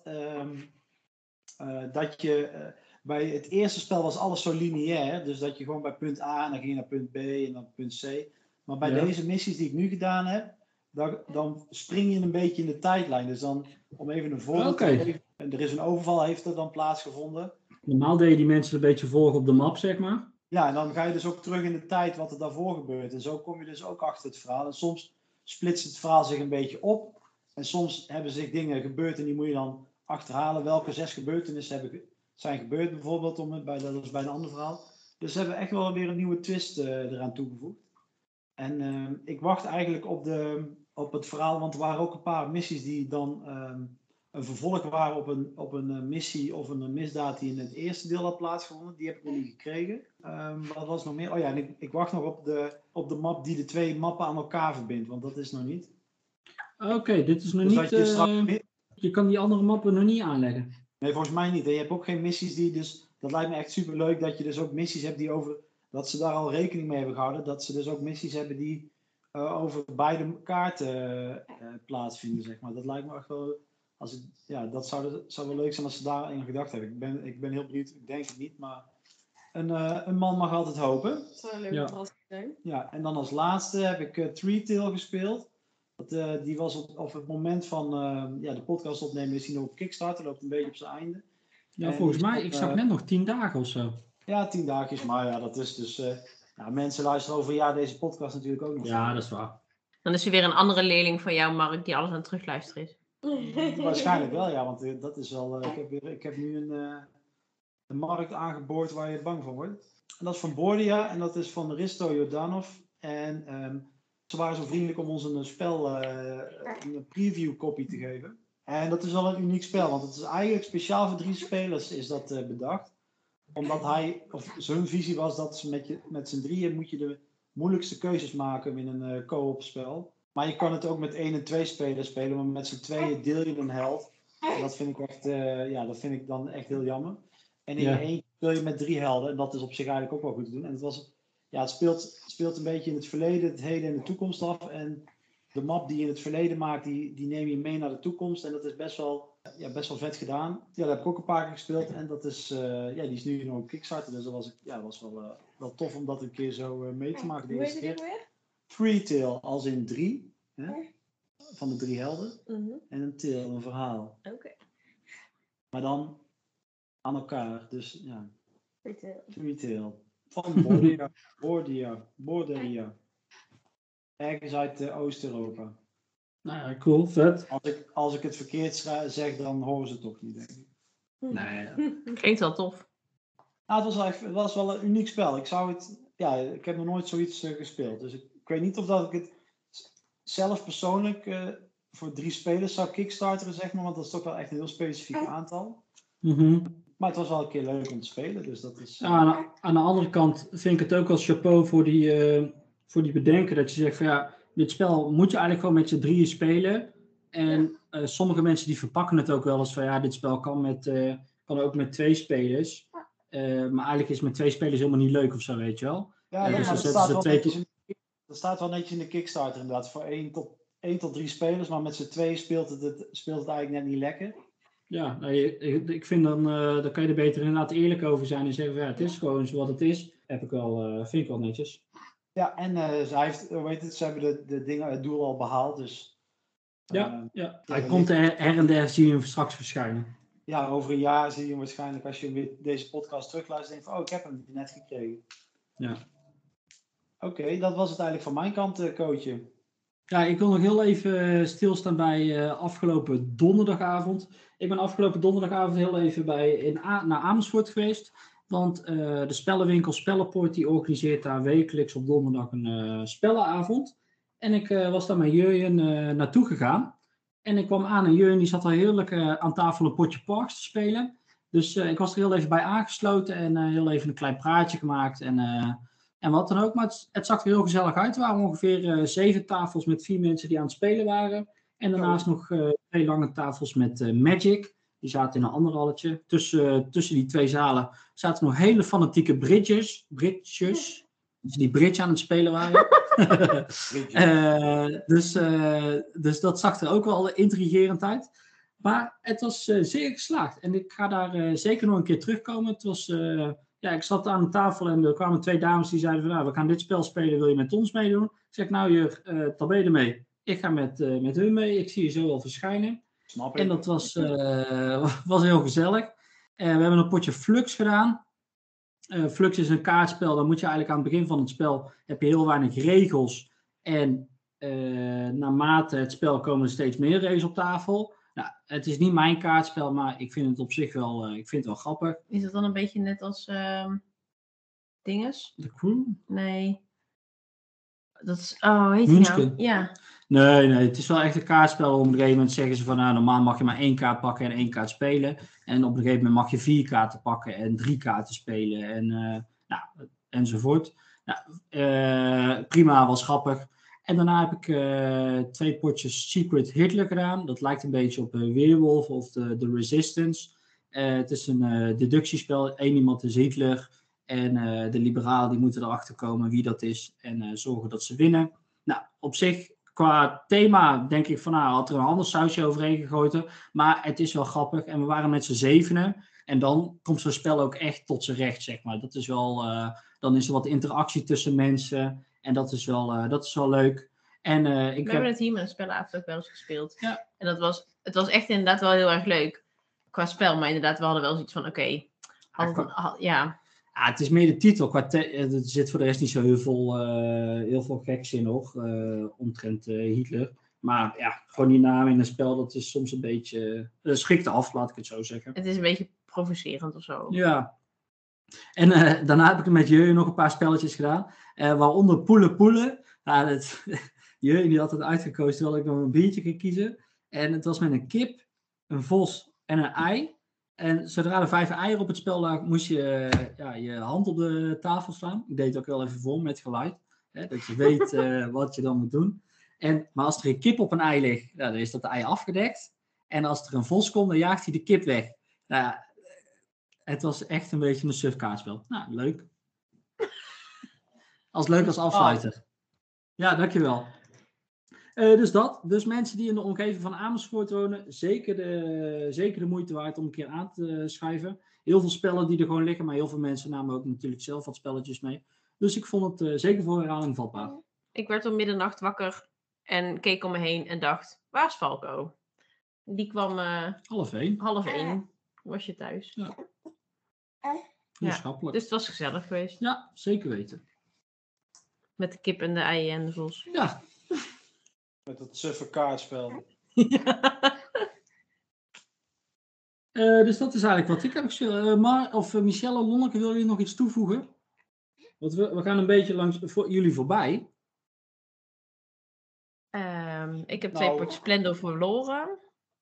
Speaker 1: je... bij het eerste spel was alles zo lineair. Dus dat je gewoon bij punt A en dan ging je naar punt B en dan punt C. Maar bij deze missies die ik nu gedaan heb, dan spring je een beetje in de tijdlijn. Dus dan, om even een voorbeeld te geven, er is een overval, heeft er dan plaatsgevonden.
Speaker 4: Normaal deed je die mensen een beetje volgen op de map, zeg maar.
Speaker 1: Ja, en dan ga je dus ook terug in de tijd wat er daarvoor gebeurt. En zo kom je dus ook achter het verhaal. En soms splitst het verhaal zich een beetje op. En soms hebben zich dingen gebeurd en die moet je dan achterhalen. Welke 6 gebeurtenissen zijn gebeurd bijvoorbeeld, dat is bij een ander verhaal. Dus ze hebben echt wel weer een nieuwe twist eraan toegevoegd. En ik wacht eigenlijk op het verhaal, want er waren ook een paar missies die dan een vervolg waren op een missie of een misdaad die in het eerste deel had plaatsgevonden. Die heb ik nog niet gekregen. Wat was nog meer? Oh ja, en ik wacht nog op de map die de 2 mappen aan elkaar verbindt, want dat is nog niet.
Speaker 4: Oké, dit is nog
Speaker 1: Dus
Speaker 4: niet...
Speaker 1: dat je straks...
Speaker 4: je kan die andere mappen nog niet aanleggen.
Speaker 1: Nee, volgens mij niet. En je hebt ook geen missies die dus... Dat lijkt me echt super leuk dat je dus ook missies hebt die over... Dat ze daar al rekening mee hebben gehouden. Dat ze dus ook missies hebben die over beide kaarten plaatsvinden, zeg maar. Dat lijkt me echt wel... dat zou wel leuk zijn als ze daar aan gedacht hebben. Ik ben heel benieuwd. Ik denk het niet, maar... Een man mag altijd hopen.
Speaker 3: Dat zou een leuke verrassing zijn.
Speaker 1: Ja, en dan als laatste heb ik Three Tail gespeeld. Die was op het moment van de podcast opnemen is hij nog op Kickstarter, loopt een beetje op zijn einde.
Speaker 4: Ja, volgens mij, ik zag net nog 10 dagen of zo.
Speaker 1: Ja, 10 dagjes, maar ja, dat is dus... mensen luisteren over deze podcast natuurlijk ook nog.
Speaker 4: Ja, dat is waar.
Speaker 2: Dan is er weer een andere leerling van jou, Mark, die alles aan het terugluisteren is.
Speaker 1: Waarschijnlijk wel, ja, want dat is wel... ik heb nu een markt aangeboord waar je bang van wordt. En dat is van Bordia en dat is van Risto Jordanov. En ze waren zo vriendelijk om ons een preview copy te geven. En dat is wel een uniek spel, want het is eigenlijk speciaal voor 3 spelers is dat bedacht. Omdat zijn visie was dat ze met z'n drieën moet je de moeilijkste keuzes maken in een co-op spel. Maar je kan het ook met 1 en 2 spelers spelen, maar met z'n tweeën deel je een held. En dat vind ik echt, dat vind ik dan echt heel jammer. En in je eentje speel je met 3 helden. En dat is op zich eigenlijk ook wel goed te doen. En het speelt een beetje in het verleden, het heden en de toekomst af. En de map die je in het verleden maakt, die neem je mee naar de toekomst. En dat is best wel vet gedaan. Ja, dat heb ik ook een paar keer gespeeld. En dat is, die is nu nog op Kickstarter. Dus dat was wel tof om dat een keer zo mee te maken.
Speaker 3: Hoe heet die weer?
Speaker 1: Three Tail, als in 3. Van de 3 helden. En een tail, een verhaal.
Speaker 3: Oké. Maar
Speaker 1: Maar dan aan elkaar. Dus ja.
Speaker 3: Three
Speaker 1: Tail. Van Bordia. Ergens uit Oost-Europa.
Speaker 4: Nou ja, cool, vet.
Speaker 1: Als ik het verkeerd zeg, dan horen ze het toch niet, denk ik.
Speaker 4: Nee,
Speaker 2: Klinkt wel tof.
Speaker 1: Nou, het was wel een uniek spel. Ik heb nog nooit zoiets gespeeld. Dus ik weet niet of dat ik het zelf persoonlijk voor 3 spelers zou kickstarteren, zeg maar. Want dat is toch wel echt een heel specifiek aantal. Maar het was wel een keer leuk om te spelen. Dus dat is...
Speaker 4: Ja, aan de andere kant vind ik het ook wel chapeau voor die bedenken. Dat je zegt van ja, dit spel moet je eigenlijk gewoon met z'n drieën spelen. En sommige mensen die verpakken het ook wel eens van ja, dit spel kan ook met 2 spelers. Maar eigenlijk is met 2 spelers helemaal niet leuk of zo, weet je wel.
Speaker 1: Ja,
Speaker 4: Dus
Speaker 1: maar dat staat wel netjes in de Kickstarter inderdaad. Voor 1 tot 3 spelers. Maar met z'n 2 speelt het eigenlijk net niet lekker.
Speaker 4: Ja, ik vind dan kan je er beter inderdaad eerlijk over zijn en zeggen van ja, het is gewoon wat het is. Vind ik wel netjes.
Speaker 1: Ja, en ze hebben het doel al behaald, dus...
Speaker 4: Hij komt her en der, zie je hem straks verschijnen.
Speaker 1: Ja, over een jaar zie je hem waarschijnlijk, als je weer deze podcast terugluistert, denk van, ik heb hem net gekregen.
Speaker 4: Ja.
Speaker 1: Oké, dat was het eigenlijk van mijn kant, coachje.
Speaker 4: Ja, ik wil nog heel even stilstaan bij afgelopen donderdagavond. Ik ben afgelopen donderdagavond heel even naar Amersfoort geweest. Want de spellenwinkel Spellenpoort die organiseert daar wekelijks op donderdag een spellenavond. En ik was daar met Jurjen naartoe gegaan. En ik kwam aan en Jurjen die zat al heerlijk aan tafel een potje Parks te spelen. Dus ik was er heel even bij aangesloten en heel even een klein praatje gemaakt. En wat dan ook, maar het zag er heel gezellig uit. Er waren ongeveer 7 tafels met 4 mensen die aan het spelen waren. En daarnaast nog 2 lange tafels met Magic. Die zaten in een ander halletje. Tussen die 2 zalen zaten nog hele fanatieke bridges. Die bridge aan het spelen waren. Dus dat zag er ook wel intrigerend uit. Maar het was zeer geslaagd. En ik ga daar zeker nog een keer terugkomen. Het was... ik zat aan de tafel en er kwamen 2 dames die zeiden van, nou, we gaan dit spel spelen, wil je met ons meedoen? Ik zeg, nou Jur, dan ben je ermee. Ik ga met hun mee, ik zie je zo wel verschijnen.
Speaker 1: Snap ik.
Speaker 4: En dat was heel gezellig. We hebben een potje Flux gedaan. Flux is een kaartspel, dan moet je eigenlijk aan het begin van het spel, heb je heel weinig regels. En naarmate het spel komen er steeds meer regels op tafel. Nou, het is niet mijn kaartspel, maar ik vind het op zich wel, grappig.
Speaker 2: Is het dan een beetje net als dinges?
Speaker 4: The Crew?
Speaker 2: Nee. Dat is, oh, heet die nou?
Speaker 4: Munchkin.
Speaker 2: Ja.
Speaker 4: Nee, het is wel echt een kaartspel. Op een gegeven moment zeggen ze van, nou, normaal mag je maar 1 kaart pakken en 1 kaart spelen. En op een gegeven moment mag je 4 kaarten pakken en 3 kaarten spelen. En enzovoort. Nou, prima, was grappig. En daarna heb ik 2 potjes Secret Hitler gedaan. Dat lijkt een beetje op Weerwolf of de Resistance. Het is een deductiespel. 1 iemand is Hitler. En de liberalen die moeten erachter komen wie dat is. En zorgen dat ze winnen. Nou, op zich, qua thema denk ik van, nou, had er een ander sausje overheen gegooid. Maar het is wel grappig. En we waren met z'n 7. En dan komt zo'n spel ook echt tot zijn recht, zeg maar. Dat is wel, dan is er wat interactie tussen mensen. En dat is wel leuk. En
Speaker 2: We hebben het hier met een spellenavond ook wel eens gespeeld.
Speaker 4: Ja.
Speaker 2: En het was echt inderdaad wel heel erg leuk. Qua spel, maar inderdaad, we hadden wel zoiets van, ja.
Speaker 4: Het is meer de titel. Er zit voor de rest niet zo heel veel geks in, hoor. Omtrent Hitler. Maar ja, gewoon die naam in een spel, dat is soms een beetje... schrikt af, laat ik het zo zeggen.
Speaker 2: Het is een beetje provocerend of zo.
Speaker 4: Ja. En daarna heb ik met Jeu nog een paar spelletjes gedaan. Waaronder Poelen. Jeu die had het uitgekozen terwijl ik nog een biertje ging kiezen. En het was met een kip, een vos en een ei. En zodra er 5 eieren op het spel lagen, moest je je hand op de tafel slaan. Ik deed het ook wel even voor met geluid. Hè, dat je weet wat je dan moet doen. Maar als er een kip op een ei ligt, dan is dat ei afgedekt. En als er een vos komt, dan jaagt hij de kip weg. Het was echt een beetje een suf kaartspel. Nou, leuk. Leuk als afsluiter. Ja, dankjewel. Dus dat. Dus mensen die in de omgeving van Amersfoort wonen, zeker de moeite waard om een keer aan te schuiven. Heel veel spellen die er gewoon liggen, maar heel veel mensen namen ook natuurlijk zelf wat spelletjes mee. Dus ik vond het zeker voor herhaling vatbaar.
Speaker 2: Ik werd om middernacht wakker en keek om me heen en dacht, waar is Falco? Die kwam 12:30. Was je thuis.
Speaker 4: Ja. Heel schappelijk.
Speaker 2: Dus het was gezellig geweest.
Speaker 4: Ja, zeker weten.
Speaker 2: Met de kip en de eieren en de vos.
Speaker 4: Ja.
Speaker 1: Met dat suffe kaartspel.
Speaker 4: Dus dat is eigenlijk wat ik heb gespeeld. Michelle of Lonneke, wil jullie nog iets toevoegen? Want we gaan een beetje langs jullie voorbij.
Speaker 2: Ik heb 2 potjes Splendor verloren.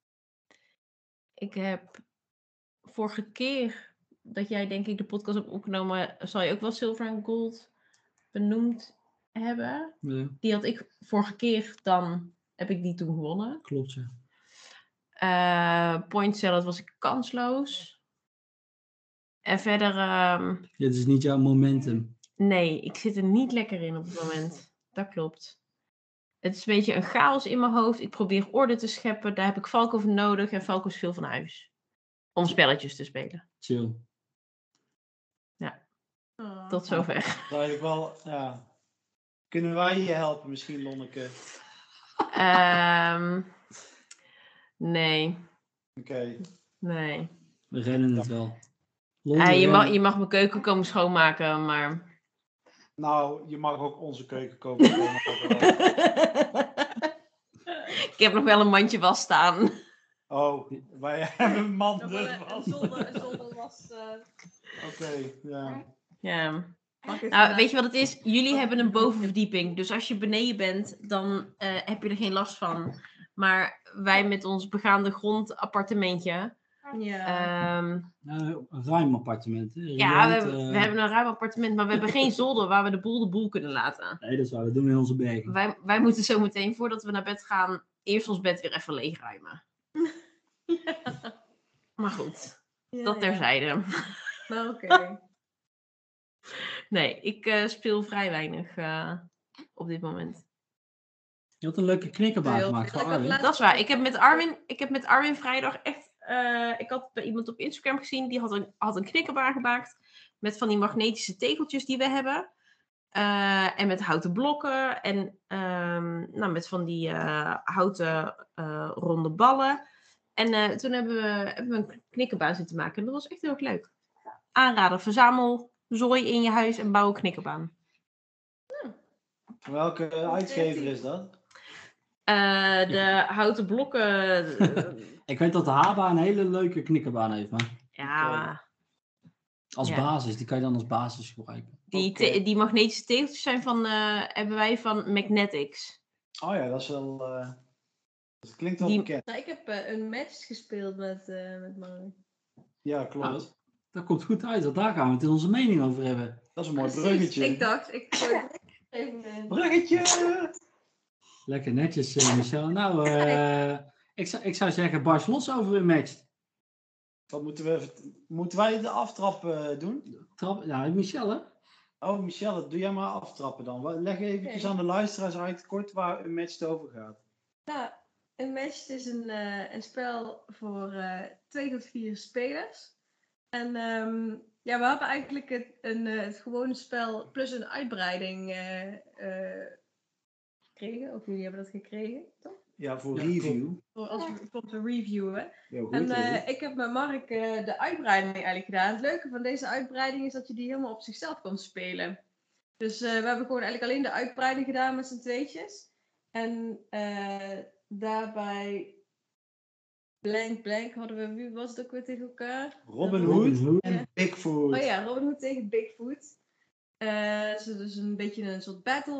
Speaker 2: Ik heb vorige keer dat jij denk ik de podcast hebt opgenomen, zal je ook wel Silver and Gold benoemd hebben.
Speaker 4: Ja.
Speaker 2: Die had ik vorige keer, dan heb ik die toen gewonnen.
Speaker 4: Klopt, ja.
Speaker 2: Point Salad was ik kansloos. En verder...
Speaker 4: Dit is niet jouw momentum.
Speaker 2: Nee, ik zit er niet lekker in op het moment. Dat klopt. Het is een beetje een chaos in mijn hoofd. Ik probeer orde te scheppen. Daar heb ik Falco voor nodig. En Falco is veel van huis. Om spelletjes te spelen.
Speaker 4: Chill.
Speaker 2: Ja. Tot zover.
Speaker 1: Eigenlijk wel, ja. Kunnen wij je helpen misschien, Lonneke?
Speaker 2: Nee.
Speaker 1: Oké.
Speaker 2: Nee.
Speaker 4: We redden het wel.
Speaker 2: Je mag mijn keuken komen schoonmaken, maar...
Speaker 1: Nou, je mag ook onze keuken kopen.
Speaker 2: Ik heb nog wel een mandje was staan.
Speaker 1: Oh, wij hebben een man
Speaker 3: Een zolder was...
Speaker 1: Oké, ja.
Speaker 2: Ja. Nou, weet je wat het is? Jullie hebben een bovenverdieping. Dus als je beneden bent, dan heb je er geen last van. Maar wij met ons begaande grond appartementje...
Speaker 3: Ja.
Speaker 4: Een ruim appartement. Hè?
Speaker 2: Ja, we hebben een ruim appartement, maar we hebben geen zolder waar we de boel kunnen laten.
Speaker 4: Nee, dat is waar. Dat doen we in onze bergen.
Speaker 2: Wij moeten zo meteen, voordat we naar bed gaan, eerst ons bed weer even leegruimen. Maar goed, dat terzijde.
Speaker 3: Nou, oké.
Speaker 2: Nee, ik speel vrij weinig op dit moment.
Speaker 4: Je had een leuke knikkerbaan gemaakt voor Arwin.
Speaker 2: Dat is waar. Ik heb met Arwin vrijdag echt... ik had bij iemand op Instagram gezien, die had een knikkerbaan gemaakt. Met van die magnetische tegeltjes die we hebben. En met houten blokken. En met van die houten ronde ballen. En toen hebben we een knikkerbaan zitten maken. En dat was echt heel erg leuk. Aanrader, verzamel zooi in je huis en bouw een knikkerbaan.
Speaker 1: Welke uitgever is dat?
Speaker 2: De houten blokken.
Speaker 4: Ik weet dat de Haba een hele leuke knikkerbaan heeft, maar...
Speaker 2: Ja.
Speaker 4: Als
Speaker 2: Ja.
Speaker 4: basis, die kan je dan als basis gebruiken.
Speaker 1: Oké.
Speaker 2: Die magnetische tegeltjes zijn hebben wij van Magnetics.
Speaker 1: Oh ja, dat is wel... dat klinkt wel
Speaker 2: Die-
Speaker 1: bekend.
Speaker 3: Nou, ik heb een match gespeeld met Mario.
Speaker 1: Ja, klopt.
Speaker 4: Nou, dat komt goed uit, daar gaan we het in onze mening over hebben.
Speaker 1: Dat is een mooi
Speaker 3: Precies,
Speaker 1: bruggetje.
Speaker 3: ik dacht, ik gooi het even in.
Speaker 1: Bruggetje!
Speaker 4: Lekker netjes, Michel. Nou, ik zou zeggen, barst los over een match.
Speaker 1: Wat moeten wij de aftrap doen?
Speaker 4: Ja, Michel, hè?
Speaker 1: Oh, Michelle, doe jij maar aftrappen dan. Leg eventjes
Speaker 3: Oké.
Speaker 1: aan de luisteraars uit kort waar een match over gaat.
Speaker 3: Nou, een match is een spel voor 2 tot 4 spelers. En ja, we hebben eigenlijk het gewone spel plus een uitbreiding gekregen. Of jullie hebben dat gekregen, toch?
Speaker 1: Ja, voor
Speaker 4: Ja,
Speaker 1: review.
Speaker 3: Voor te reviewen.
Speaker 1: Heel goed,
Speaker 3: En
Speaker 1: heel goed.
Speaker 3: ik heb met Mark de uitbreiding eigenlijk gedaan. Het leuke van deze uitbreiding is dat je die helemaal op zichzelf kan spelen. Dus we hebben gewoon eigenlijk alleen de uitbreiding gedaan met z'n tweetjes. En daarbij blank hadden we, wie was het ook weer tegen elkaar?
Speaker 1: Robin
Speaker 4: Robin
Speaker 1: Hood
Speaker 4: Hood.
Speaker 1: en Bigfoot.
Speaker 3: Oh ja, Robin Hood tegen Bigfoot. Dus een beetje een soort battle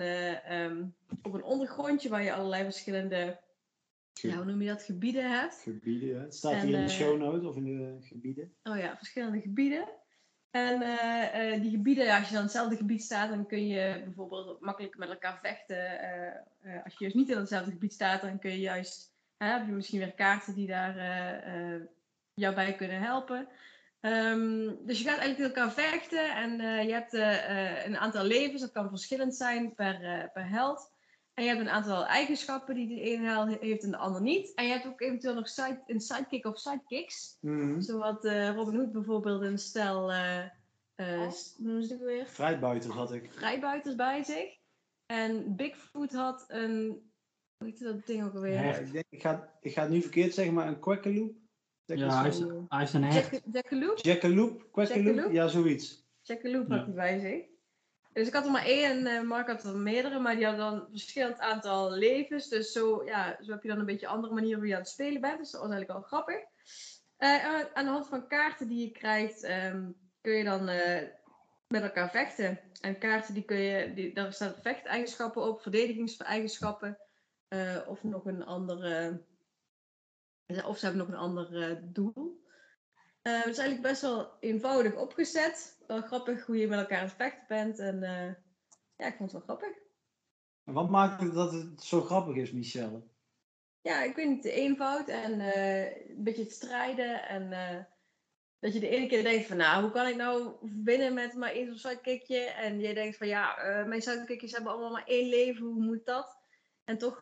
Speaker 3: op een ondergrondje waar je allerlei verschillende, hoe noem je dat, gebieden hebt.
Speaker 1: Gebieden, ja. Het staat
Speaker 3: En,
Speaker 1: hier in de show notes of in de gebieden.
Speaker 3: Oh ja, verschillende gebieden. En die gebieden, ja, als je dan in hetzelfde gebied staat, dan kun je bijvoorbeeld makkelijk met elkaar vechten. Als je juist niet in hetzelfde gebied staat, dan kun je juist, heb je misschien weer kaarten die daar jou bij kunnen helpen. Dus je gaat eigenlijk met elkaar vechten en je hebt een aantal levens, dat kan verschillend zijn per held. En je hebt een aantal eigenschappen die de ene held heeft en de ander niet. En je hebt ook eventueel nog een sidekick of sidekicks.
Speaker 1: Mhm.
Speaker 3: Zoals Robin Hood bijvoorbeeld een stel, hoe noemen ze het ook weer?
Speaker 1: Vrijbuiters had ik.
Speaker 3: Vrijbuiters bij zich. En Bigfoot had een, hoe heet dat ding ook alweer?
Speaker 4: Hert.
Speaker 1: Ik ga het nu verkeerd zeggen, maar een quackaloop. Zeg
Speaker 4: Ja,
Speaker 1: dat
Speaker 4: hij
Speaker 1: zo?
Speaker 4: heeft een hecht.
Speaker 3: Jackaloop?
Speaker 1: Jackaloop? Quackaloop?
Speaker 3: Jackaloop?
Speaker 1: Ja, zoiets.
Speaker 3: Jackaloop
Speaker 4: Ja.
Speaker 3: had hij bij zich. Dus ik had er maar één en Mark had er meerdere, maar die hadden dan een verschillend aantal levens. Dus zo heb je dan een beetje een andere manier hoe je aan het spelen bent. Dus dat was eigenlijk al grappig. Aan de hand van kaarten die je krijgt, kun je dan met elkaar vechten. En kaarten daar staan vechteigenschappen op, verdedigingseigenschappen. Of nog een andere. Of ze hebben nog een ander doel. Het is eigenlijk best wel eenvoudig opgezet. Wel grappig hoe je met elkaar aan het vechten bent. En ja, ik vond het wel grappig.
Speaker 1: Wat maakt het dat het zo grappig is, Michelle?
Speaker 3: Ja, ik weet niet, de eenvoud en een beetje het strijden. En dat je de ene keer denkt van, nou, hoe kan ik nou winnen met maar één zo'n sidekickje? En je denkt van, ja, mijn sidekickjes hebben allemaal maar 1 leven, hoe moet dat? En toch,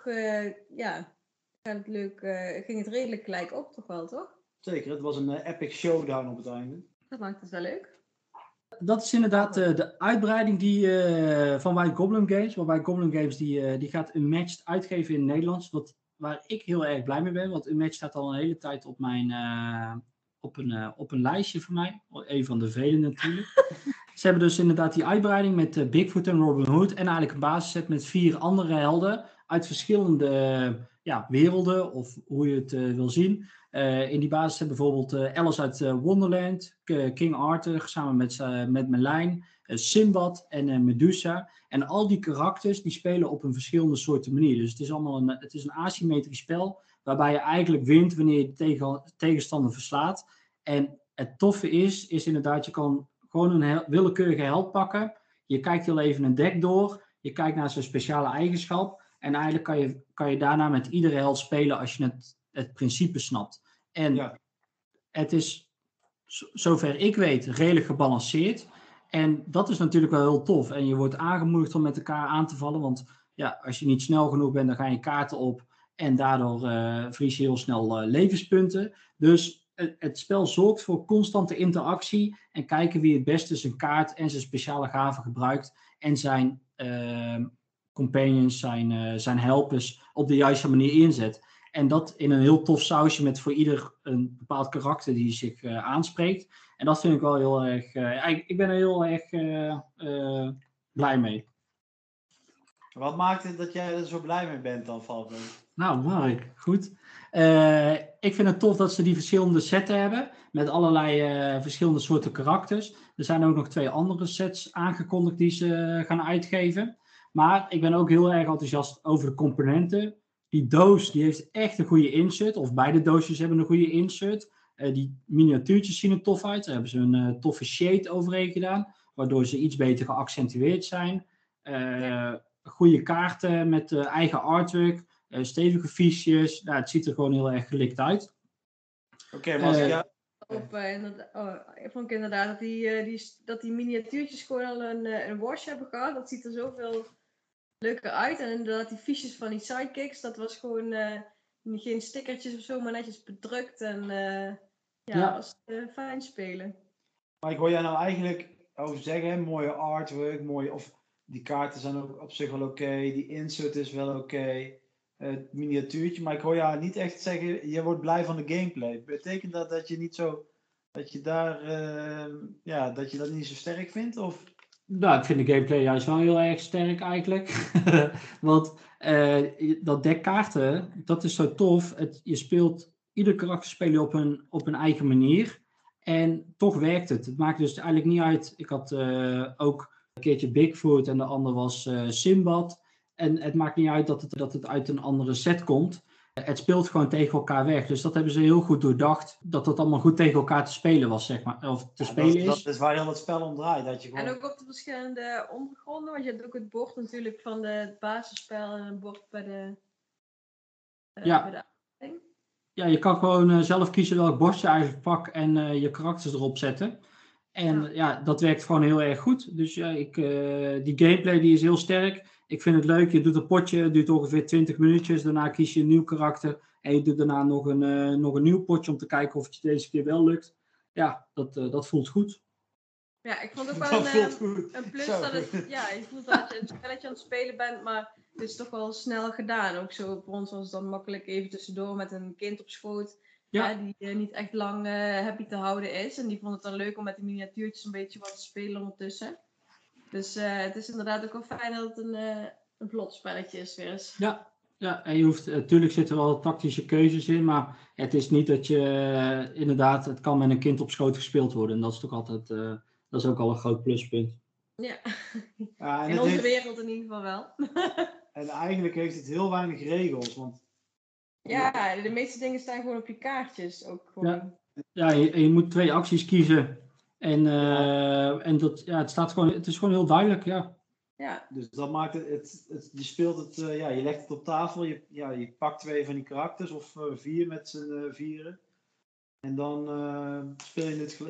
Speaker 3: ging het redelijk gelijk op, toch wel, toch?
Speaker 1: Zeker, het was een epic showdown op het einde.
Speaker 3: Dat maakt het wel leuk.
Speaker 4: Dat is inderdaad de uitbreiding van White Goblin Games. Want White Goblin Games die gaat Unmatched uitgeven in het Nederlands. Waar ik heel erg blij mee ben. Want Unmatched staat al een hele tijd op mijn op een lijstje voor mij. Een van de vele natuurlijk. Ze hebben dus inderdaad die uitbreiding met Bigfoot en Robin Hood. En eigenlijk een basisset met 4 andere helden. Uit verschillende werelden. Of hoe je het wil zien. In die basis hebben bijvoorbeeld Alice uit Wonderland, King Arthur samen met Merlijn, Sinbad en Medusa. En al die karakters die spelen op een verschillende soorten manier. Dus het is een asymmetrisch spel waarbij je eigenlijk wint wanneer je de tegenstander verslaat. En het toffe is inderdaad, je kan gewoon een willekeurige held pakken. Je kijkt heel even een deck door. Je kijkt naar zijn speciale eigenschap. En eigenlijk kan je daarna met iedere held spelen als je het principe snapt. En het is, zover ik weet, redelijk gebalanceerd. En dat is natuurlijk wel heel tof. En je wordt aangemoedigd om met elkaar aan te vallen. Want ja, als je niet snel genoeg bent, dan gaan je kaarten op. En daardoor verlies je heel snel levenspunten. Dus het spel zorgt voor constante interactie. En kijken wie het beste zijn kaart en zijn speciale gaven gebruikt. En zijn companions, zijn helpers op de juiste manier inzet. En dat in een heel tof sausje met voor ieder een bepaald karakter die zich aanspreekt. En dat vind ik wel heel erg... ik ben er heel erg blij mee.
Speaker 1: Wat maakt het dat jij er zo blij mee bent dan, Falco?
Speaker 4: Nou, Mark, goed. Ik vind het tof dat ze die verschillende setten hebben. Met allerlei verschillende soorten karakters. Er zijn ook nog 2 andere sets aangekondigd die ze gaan uitgeven. Maar ik ben ook heel erg enthousiast over de componenten. Die doos die heeft echt een goede insert. Of beide doosjes hebben een goede insert. Die miniatuurtjes zien er tof uit. Daar hebben ze een toffe shade overheen gedaan. Waardoor ze iets beter geaccentueerd zijn. Goede kaarten met eigen artwork. Stevige fiches. Nou, het ziet er gewoon heel erg gelikt uit.
Speaker 1: Oké, maar als ik
Speaker 3: Ik vond inderdaad dat die miniatuurtjes gewoon al een wash hebben gehad. Dat ziet er zoveel leuker uit. En inderdaad die fiches van die sidekicks, dat was gewoon geen stickertjes of zo, maar netjes bedrukt. En was fijn spelen.
Speaker 1: Maar ik hoor jij nou eigenlijk over zeggen, mooie artwork, of die kaarten zijn ook op zich wel oké, die insert is wel oké, het miniatuurtje, maar ik hoor jou niet echt zeggen, je wordt blij van de gameplay. Betekent dat dat je niet zo, dat je daar, dat je dat niet zo sterk vindt? Of?
Speaker 4: Nou, ik vind de gameplay juist wel heel erg sterk eigenlijk. Want dat deck kaarten, dat is zo tof. Je speelt, ieder karakter speel je op een eigen manier. En toch werkt het. Het maakt dus eigenlijk niet uit. Ik had ook een keertje Bigfoot en de ander was Sinbad. En het maakt niet uit dat het uit een andere set komt. Het speelt gewoon tegen elkaar weg. Dus dat hebben ze heel goed doordacht. Dat het allemaal goed tegen elkaar te spelen was, zeg maar. Of te spelen is.
Speaker 1: Dat is waar heel het spel om draait. Dat je gewoon...
Speaker 3: En ook op de verschillende ondergronden. Want je hebt ook het bord natuurlijk van het basisspel en het bord bij de... bij de afdeling.
Speaker 4: Ja, je kan gewoon zelf kiezen welk bord je eigenlijk pakt en je karakters erop zetten. En dat werkt gewoon heel erg goed. Dus die gameplay die is heel sterk. Ik vind het leuk. Je doet een potje, het duurt ongeveer 20 minuutjes. Daarna kies je een nieuw karakter. En je doet daarna nog een nieuw potje om te kijken of het je deze keer wel lukt. Ja, dat voelt goed.
Speaker 3: Ja, ik vond ook wel een plus dat het... Ja, je voelt dat je een spelletje aan het spelen bent, maar het is toch wel snel gedaan. Ook zo voor ons was het dan makkelijk even tussendoor met een kind op schoot. Ja. Die niet echt lang happy te houden is. En die vond het dan leuk om met die miniatuurtjes een beetje wat te spelen ondertussen. Dus het is inderdaad ook wel fijn dat het een vlot spelletje is weer eens.
Speaker 4: Ja, en je hoeft, natuurlijk zitten er wel tactische keuzes in, maar het is niet dat je inderdaad, het kan met een kind op schoot gespeeld worden. En dat is toch altijd, dat is ook al een groot pluspunt.
Speaker 3: Ja, in onze wereld in ieder geval wel.
Speaker 1: En eigenlijk heeft het heel weinig regels, want...
Speaker 3: Ja, de meeste dingen staan gewoon op je kaartjes. Ook gewoon.
Speaker 4: Ja, je moet 2 acties kiezen. En het is gewoon heel duidelijk, ja.
Speaker 3: Ja.
Speaker 1: Dus dat maakt je speelt het, je legt het op tafel, je pakt 2 van die karakters of 4 met z'n 4. En dan speel je het,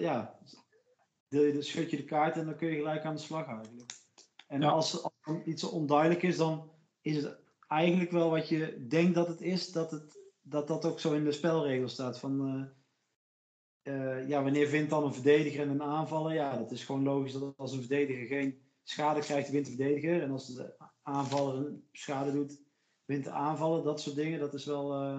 Speaker 1: schud je de kaart en dan kun je gelijk aan de slag eigenlijk. En als iets onduidelijk is, dan is het eigenlijk wel wat je denkt dat het is, dat ook zo in de spelregels staat. Van, wanneer vindt dan een verdediger en een aanvaller? Ja, dat is gewoon logisch dat als een verdediger geen schade krijgt, wint de verdediger. En als de aanvaller schade doet, wint de aanvaller. Dat soort dingen, dat is wel...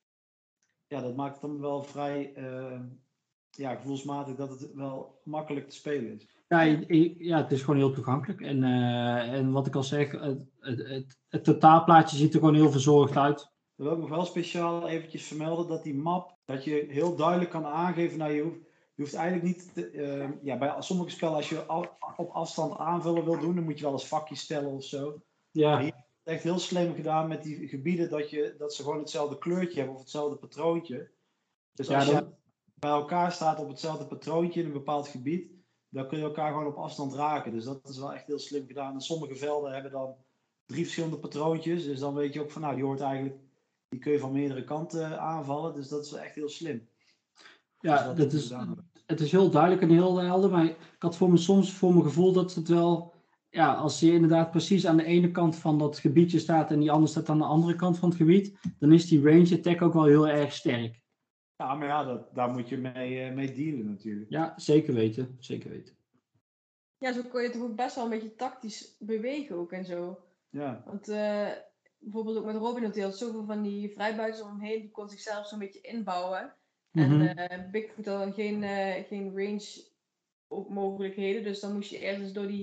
Speaker 1: dat maakt het dan wel vrij gevoelsmatig dat het wel makkelijk te spelen is.
Speaker 4: Ja, het is gewoon heel toegankelijk. En wat ik al zeg, het totaalplaatje ziet er gewoon heel verzorgd uit.
Speaker 1: Ik wil ook nog wel speciaal eventjes vermelden dat die map, dat je heel duidelijk kan aangeven, nou je hoeft eigenlijk niet, bij sommige spellen als je op afstand aanvullen wil doen, dan moet je wel eens vakjes stellen of zo.
Speaker 4: Ja.
Speaker 1: Maar hier is het echt heel slim gedaan met die gebieden dat ze gewoon hetzelfde kleurtje hebben of hetzelfde patroontje. Dus als je bij elkaar staat op hetzelfde patroontje in een bepaald gebied, dan kun je elkaar gewoon op afstand raken. Dus dat is wel echt heel slim gedaan. En sommige velden hebben dan 3 verschillende patroontjes, dus dan weet je ook van, nou, die kun je van meerdere kanten aanvallen, dus dat is wel echt heel slim.
Speaker 4: Ja, dus het is heel duidelijk en heel helder, maar ik had soms voor mijn gevoel dat het wel, als je inderdaad precies aan de ene kant van dat gebiedje staat en die ander staat aan de andere kant van het gebied, dan is die range attack ook wel heel erg sterk.
Speaker 1: Ja, maar daar moet je mee dealen natuurlijk.
Speaker 4: Ja, zeker weten, zeker weten.
Speaker 3: Ja, zo kun je toch ook best wel een beetje tactisch bewegen ook en zo.
Speaker 1: Ja.
Speaker 3: Want bijvoorbeeld ook met Robin Hood, die had zoveel van die vrijbuiters omheen, die kon zichzelf zo'n beetje inbouwen. En Bigfoot had geen range mogelijkheden, dus dan moest je eerst eens door die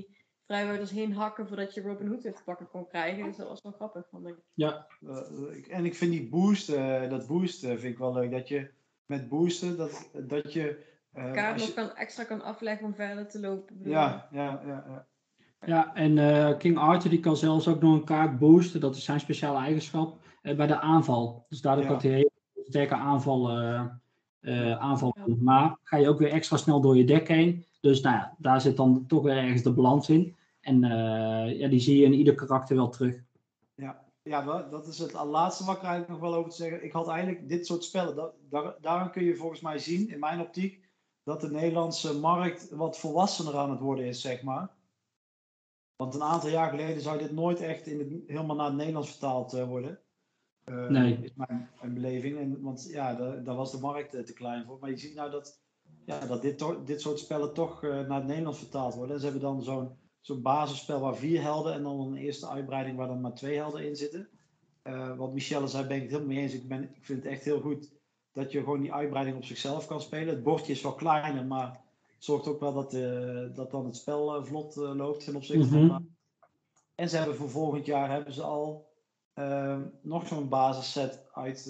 Speaker 3: vrijbuiters heen hakken voordat je Robin Hood weer te pakken kon krijgen. Dus dat was wel grappig, vond ik.
Speaker 4: Ja,
Speaker 1: En ik vind die boost, dat boosten vind ik wel leuk. Dat je met boosten, dat je...
Speaker 3: Kaart
Speaker 1: als
Speaker 3: nog extra kan afleggen om verder te lopen. bedoel
Speaker 1: Ja.
Speaker 4: ja, en King Arthur die kan zelfs ook nog een kaart boosten. Dat is zijn speciale eigenschap bij de aanval. Dus daardoor
Speaker 1: Ja.
Speaker 4: kan hij heel sterke aanvallen doen. Maar ga je ook weer extra snel door je deck heen. Dus nou ja, daar zit dan toch weer ergens de balans in. En die zie je in ieder karakter wel terug.
Speaker 1: Ja, dat is het laatste wat ik er eigenlijk nog wel over te zeggen. Ik had eigenlijk dit soort spellen, daaraan kun je volgens mij zien, in mijn optiek, dat de Nederlandse markt wat volwassener aan het worden is, zeg maar. Want een aantal jaar geleden zou dit nooit echt helemaal naar het Nederlands vertaald worden.
Speaker 4: Nee.
Speaker 1: Is mijn beleving. Want ja, daar was de markt te klein voor. Maar je ziet nou dat dit soort spellen toch naar het Nederlands vertaald worden. En ze hebben dan zo'n basisspel waar 4 helden en dan een eerste uitbreiding waar dan maar 2 helden in zitten. Wat Michelle zei, ben ik het helemaal mee eens. Ik vind het echt heel goed dat je gewoon die uitbreiding op zichzelf kan spelen. Het bordje is wel kleiner, maar het zorgt ook wel dat dan het spel vlot loopt ten opzichte van elkaar. En ze hebben voor volgend jaar al nog zo'n basisset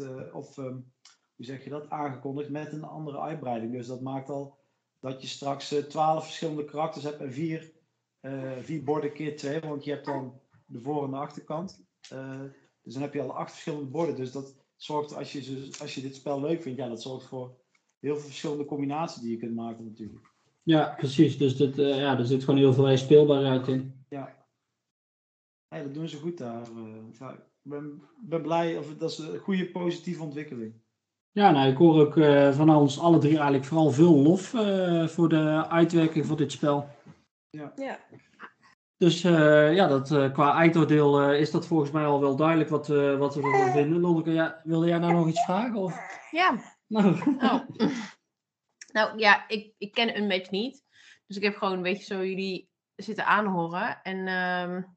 Speaker 1: aangekondigd met een andere uitbreiding. Dus dat maakt al dat je straks 12 verschillende karakters hebt en 4 borden keer 2, want je hebt dan de voor- en de achterkant. Dus dan heb je al 8 verschillende borden. Dus dat zorgt, als je dit spel leuk vindt, dat zorgt voor heel veel verschillende combinaties die je kunt maken natuurlijk.
Speaker 4: Ja, precies. Dus er zit gewoon heel veel speelbaarheid in.
Speaker 1: Ja. Ja, dat doen ze goed daar. Ik ben blij, dat is een goede positieve ontwikkeling.
Speaker 4: Ja, nou, ik hoor ook van ons alle drie eigenlijk vooral veel lof voor de uitwerking van dit spel.
Speaker 3: Ja.
Speaker 4: Dus qua Aito-deel is dat volgens mij al wel duidelijk wat we ervan vinden. Lonneke, wilde jij nou nog iets vragen? Of?
Speaker 2: Ja.
Speaker 4: Nou.
Speaker 2: Nou ja, ik ken Unmatched niet. Dus ik heb gewoon een beetje zo jullie zitten aanhoren. En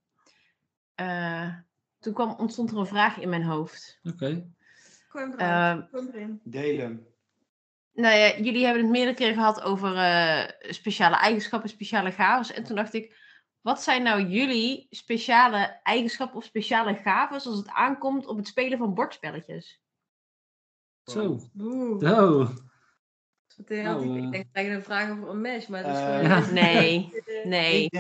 Speaker 2: toen ontstond er een vraag in mijn hoofd.
Speaker 4: Oké.
Speaker 3: Gooi hem erin.
Speaker 1: Delen.
Speaker 2: Nou ja, jullie hebben het meerdere keren gehad over speciale eigenschappen, speciale gaves. En toen dacht ik, wat zijn nou jullie speciale eigenschappen of speciale gaves als het aankomt op het spelen van bordspelletjes?
Speaker 4: Zo.
Speaker 3: Oeh.
Speaker 4: Oh.
Speaker 3: Ik denk dat je een vraag over een match, maar het is gewoon...
Speaker 4: Ja.
Speaker 2: Nee.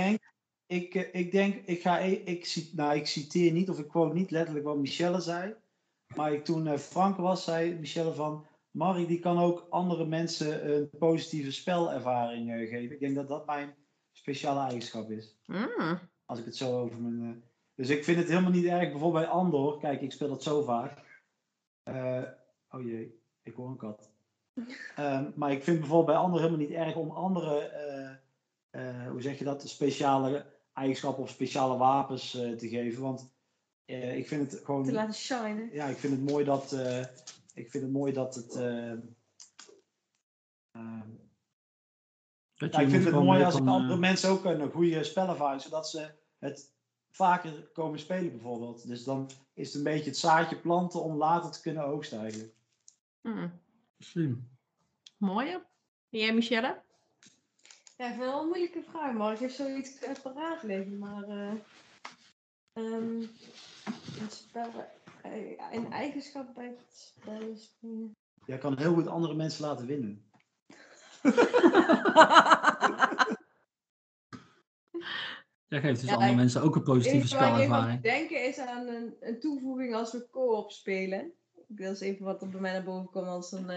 Speaker 1: Ik citeer niet of ik quote niet letterlijk wat Michelle zei. Maar toen Frank was, zei Michelle van... Marie die kan ook andere mensen een positieve spelervaring geven. Ik denk dat dat mijn speciale eigenschap is. Als ik het zo over mijn... Dus ik vind het helemaal niet erg. Bijvoorbeeld bij Andor. Kijk, ik speel dat zo vaak. Oh jee, ik hoor een kat. Maar ik vind bijvoorbeeld bij Andor helemaal niet erg om andere... hoe zeg je dat? Speciale eigenschappen of speciale wapens te geven. Want ik vind het gewoon...
Speaker 3: Te laten shinen.
Speaker 1: Ja, ik vind het mooi dat... ik vind het mooi als ik andere mensen ook een goede spelervaring, zodat ze het vaker komen spelen bijvoorbeeld. Dus dan is het een beetje het zaadje planten om later te kunnen oogsten eigenlijk.
Speaker 4: Slim.
Speaker 2: Mooi. En jij, Michelle?
Speaker 3: Ja, ik vind het wel een moeilijke vraag, maar ik heb zoiets paraat liggen. Maar een eigenschap bij het spel springen.
Speaker 1: Jij kan heel goed andere mensen laten winnen.
Speaker 4: Jij geeft dus andere mensen ook een positieve spelervaring.
Speaker 3: Ik denken is aan een toevoeging als we co-op spelen. Dat is even wat er bij mij naar boven komt als een...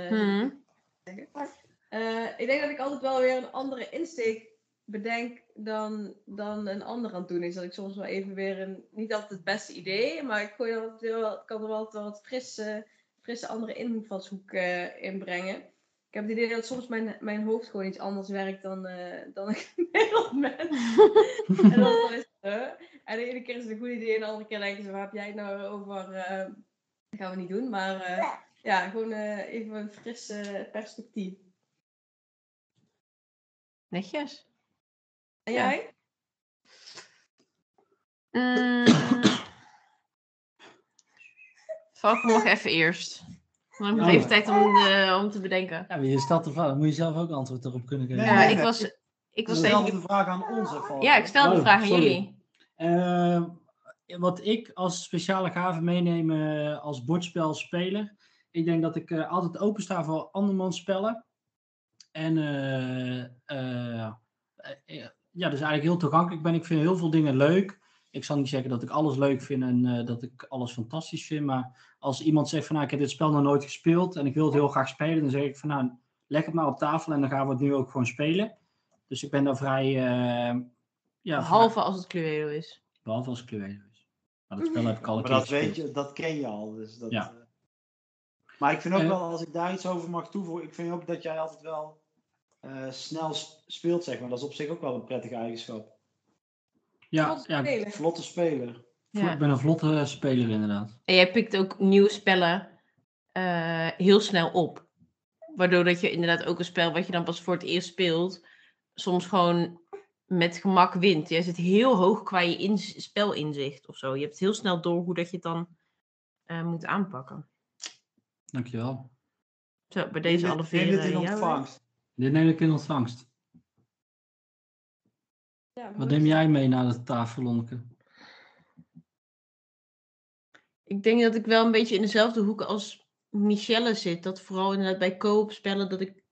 Speaker 3: ik denk dat ik altijd wel weer een andere insteek bedenk dan een ander aan het doen is. Dat ik soms wel even weer niet altijd het beste idee, maar ik kan er wel wat frisse andere invalshoek inbrengen. Ik heb het idee dat soms mijn hoofd gewoon iets anders werkt dan een gemiddeld mens. En dan is het, en de ene keer is het een goed idee en de andere keer denken ze, waar heb jij het nou over? Dat gaan we niet doen, maar gewoon even een fris perspectief.
Speaker 2: Netjes.
Speaker 3: En jij?
Speaker 2: Valk mag even eerst. Dan heb ik nog even tijd om te bedenken.
Speaker 4: Ja, maar je stelt de vraag, dan moet je zelf ook antwoord erop kunnen geven.
Speaker 2: Ja, ik was Ik was
Speaker 1: Stel
Speaker 2: even...
Speaker 1: de vraag aan ons even.
Speaker 2: Ja, ik stel de
Speaker 4: Oh,
Speaker 2: vraag aan
Speaker 4: sorry.
Speaker 2: jullie.
Speaker 4: Wat ik als speciale gave meeneem als bordspelspeler. Ik denk dat ik altijd opensta voor andermans spellen. En ja, dus eigenlijk heel toegankelijk ben. Ik vind heel veel dingen leuk. Ik zal niet zeggen dat ik alles leuk vind en dat ik alles fantastisch vind. Maar als iemand zegt van nou, ik heb dit spel nog nooit gespeeld en ik wil het heel graag spelen. Dan zeg ik van nou, leg het maar op tafel en dan gaan we het nu ook gewoon spelen. Dus ik ben daar vrij...
Speaker 2: Behalve als het Cluedo is.
Speaker 4: Behalve als het Cluedo is. Maar dat spel heb ik al een
Speaker 1: Maar
Speaker 4: keer
Speaker 1: dat weet
Speaker 4: gespeeld.
Speaker 1: je, dat ken je al. Dus dat,
Speaker 4: Ja.
Speaker 1: Maar ik vind ook wel, als ik daar iets over mag toevoegen, ik vind ook dat jij altijd wel snel speelt, zeg maar. Dat is op zich ook wel een prettige eigenschap.
Speaker 4: Ja,
Speaker 3: Vlot
Speaker 4: ja,
Speaker 3: spelen.
Speaker 1: Vlotte speler.
Speaker 2: Ja.
Speaker 4: ik ben een vlotte speler inderdaad.
Speaker 2: En jij pikt ook nieuwe spellen heel snel op. Waardoor dat je inderdaad ook een spel wat je dan pas voor het eerst speelt, soms gewoon met gemak wint. Jij zit heel hoog qua je spelinzicht of zo. Je hebt heel snel door hoe dat je het dan moet aanpakken.
Speaker 4: Dankjewel.
Speaker 2: Zo, bij deze alle
Speaker 1: Neem dit in
Speaker 2: veren.
Speaker 1: ontvangst.
Speaker 4: Dit neem ik in ontvangst.
Speaker 3: Ja,
Speaker 4: Wat neem jij mee naar de tafel, Lonneke?
Speaker 2: Ik denk dat ik wel een beetje in dezelfde hoek als Michelle zit. Dat vooral inderdaad bij co-op spellen dat ik...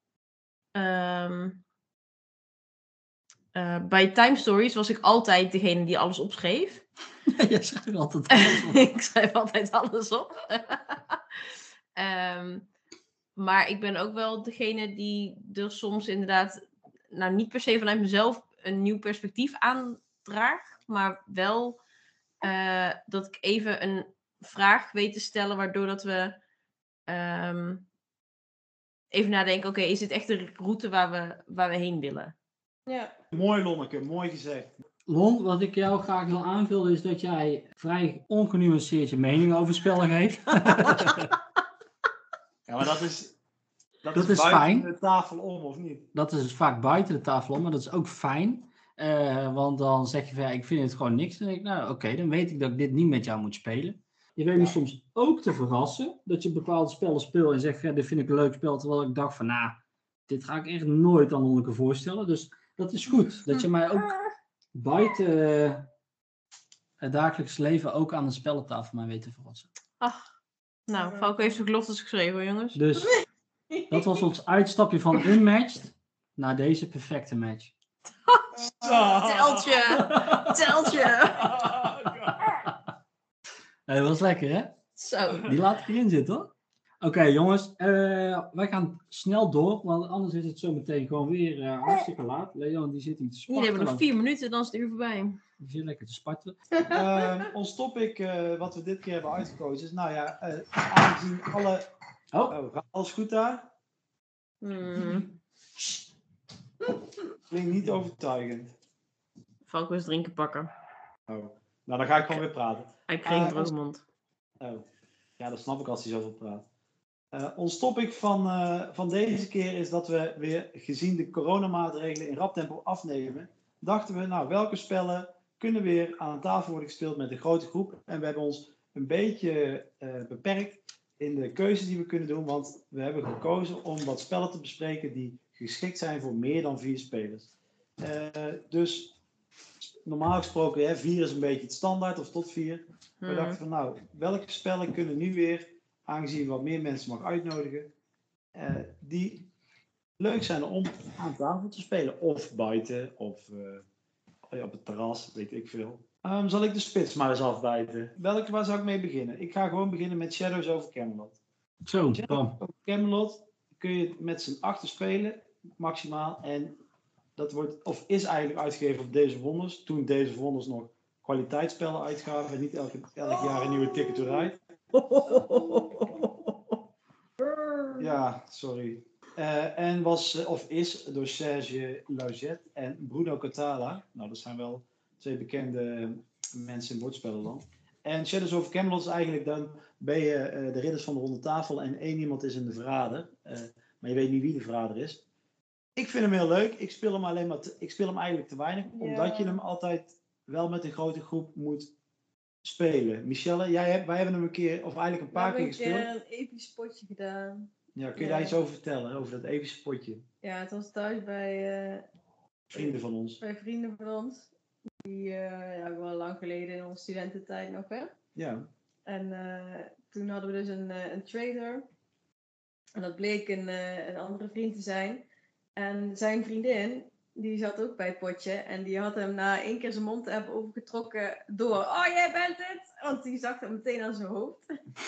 Speaker 2: bij Time Stories was ik altijd degene die alles opschreef.
Speaker 4: Jij zegt er altijd alles op.
Speaker 2: Ik schrijf altijd alles op. Maar ik ben ook wel degene die er soms inderdaad, nou niet per se vanuit mezelf een nieuw perspectief aandraagt, maar wel dat ik even een vraag weet te stellen, waardoor dat we even nadenken, oké, is dit echt de route waar we heen willen?
Speaker 3: Ja.
Speaker 1: Mooi, Lonneke, mooi gezegd.
Speaker 4: Lon, wat ik jou graag wil aanvullen is dat jij vrij ongenuanceerd je mening over spellen geeft.
Speaker 1: Ja, maar dat is
Speaker 4: is
Speaker 1: buiten
Speaker 4: fijn.
Speaker 1: de tafel om, of niet?
Speaker 4: Dat is dus vaak buiten de tafel om, maar dat is ook fijn. Want dan zeg je van ja, ik vind het gewoon niks. Dan denk ik, nou oké, dan weet ik dat ik dit niet met jou moet spelen. Je weet me soms ook te verrassen. Dat je bepaalde spellen speelt en zegt, ja, dit vind ik een leuk spel. Terwijl ik dacht van, nou, dit ga ik echt nooit aan Lonneke voorstellen. Dus dat is goed. Dat je mij ook buiten het dagelijks leven ook aan de spellentafel mij weet te verrassen.
Speaker 2: Ach, nou, Falco heeft de geloftes geschreven hoor, jongens.
Speaker 4: Dus dat was ons uitstapje van unmatched naar deze perfecte match.
Speaker 2: Teltje!
Speaker 4: Dat was lekker, hè?
Speaker 2: Zo.
Speaker 4: Die laat ik erin zitten, hoor. Oké, jongens. Wij gaan snel door, want anders is het zo meteen gewoon weer hartstikke laat. Leon, die zit hier te
Speaker 2: Jullie
Speaker 4: spartelen.
Speaker 2: hebben nog 4 minuten, dan is het uur voorbij.
Speaker 4: Die zit lekker te spartelen.
Speaker 1: Ons topic, wat we dit keer hebben uitgekozen, is, nou ja, aangezien alle...
Speaker 4: Oh.
Speaker 1: Gaat alles goed daar? Klinkt niet overtuigend.
Speaker 2: Falco is drinken pakken.
Speaker 1: Oh. Nou, dan ga ik gewoon weer praten.
Speaker 2: Hij kreeg een droge mond.
Speaker 1: Oh. Ja, dat snap ik als hij zoveel praat. Ons topic van deze keer is dat we weer, gezien de coronamaatregelen in rap tempo afnemen, dachten we, nou, welke spellen kunnen weer aan tafel worden gespeeld met een grote groep? En we hebben ons een beetje beperkt in de keuzes die we kunnen doen, want we hebben gekozen om wat spellen te bespreken die geschikt zijn voor meer dan 4 spelers. Dus normaal gesproken, 4 is een beetje het standaard, of tot 4. We dachten van, nou, welke spellen kunnen nu weer, aangezien we wat meer mensen mag uitnodigen, die leuk zijn om aan tafel te spelen. Of buiten, of op het terras, weet ik veel. Zal ik de spits maar eens afbijten? Waar zou ik mee beginnen? Ik ga gewoon beginnen met Shadows over Camelot.
Speaker 4: Zo,
Speaker 1: Shadows
Speaker 4: bam.
Speaker 1: over Camelot kun je met z'n 8 spelen, maximaal. En dat wordt, of is eigenlijk uitgegeven op Days of Wonders. Toen Days of Wonders nog kwaliteitsspellen uitgaven en niet elk jaar een nieuwe Ticket to Ride. Ja, sorry. En is door Serge Lauget en Bruno Catala. Nou, dat zijn wel 2 bekende mensen in bordspellen dan. En Shadows over Camelot is eigenlijk, dan ben je de ridders van de ronde tafel en 1 iemand is in de verrader. Maar je weet niet wie de verrader is. Ik vind hem heel leuk. Ik speel hem eigenlijk te weinig, omdat je hem altijd wel met een grote groep moet spelen. Michelle, wij hebben hem een keer, of eigenlijk een paar keer gespeeld.
Speaker 3: Ik heb een episch potje gedaan.
Speaker 1: Ja, kun je daar iets over vertellen, over dat epische potje?
Speaker 3: Ja, het was thuis bij
Speaker 1: Vrienden van ons.
Speaker 3: Bij vrienden van ons. Die ja, wel lang geleden in onze studententijd nog, hè.
Speaker 1: Ja.
Speaker 3: En toen hadden we dus een trader. En dat bleek een andere vriend te zijn. En zijn vriendin, die zat ook bij het potje. En die had hem na 1 keer zijn mond te hebben overgetrokken door. Oh, jij bent het! Want die zag hem meteen aan zijn hoofd.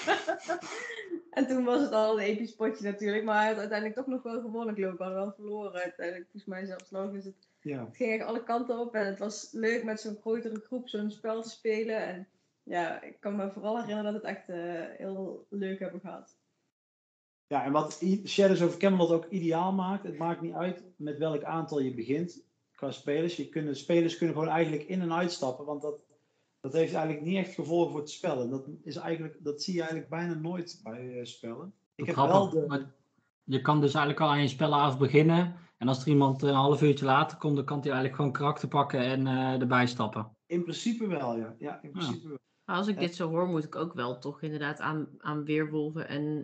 Speaker 3: En toen was het al een episch potje natuurlijk. Maar hij had uiteindelijk toch nog wel gewonnen, geloof ik. We hadden wel verloren uiteindelijk. Volgens mij zelfs nog. Dus het ging echt alle kanten op. En het was leuk met zo'n grotere groep zo'n spel te spelen. En ja, ik kan me vooral herinneren dat we het echt heel leuk hebben gehad.
Speaker 1: Ja, en wat Shadows over Camelot ook ideaal maakt, het maakt niet uit met welk aantal je begint qua spelers. Spelers kunnen gewoon eigenlijk in en uitstappen, want dat heeft eigenlijk niet echt gevolgen voor het spel. En dat zie je eigenlijk bijna nooit bij spellen. Ik heb wel
Speaker 4: Maar je kan dus eigenlijk al aan je spellenavond beginnen. En als er iemand een half uurtje later komt, dan kan hij eigenlijk gewoon karakter pakken en erbij stappen.
Speaker 1: In principe wel, ja. Ja, in principe wel.
Speaker 2: Maar als ik dit zo hoor, moet ik ook wel toch inderdaad aan weerwolven en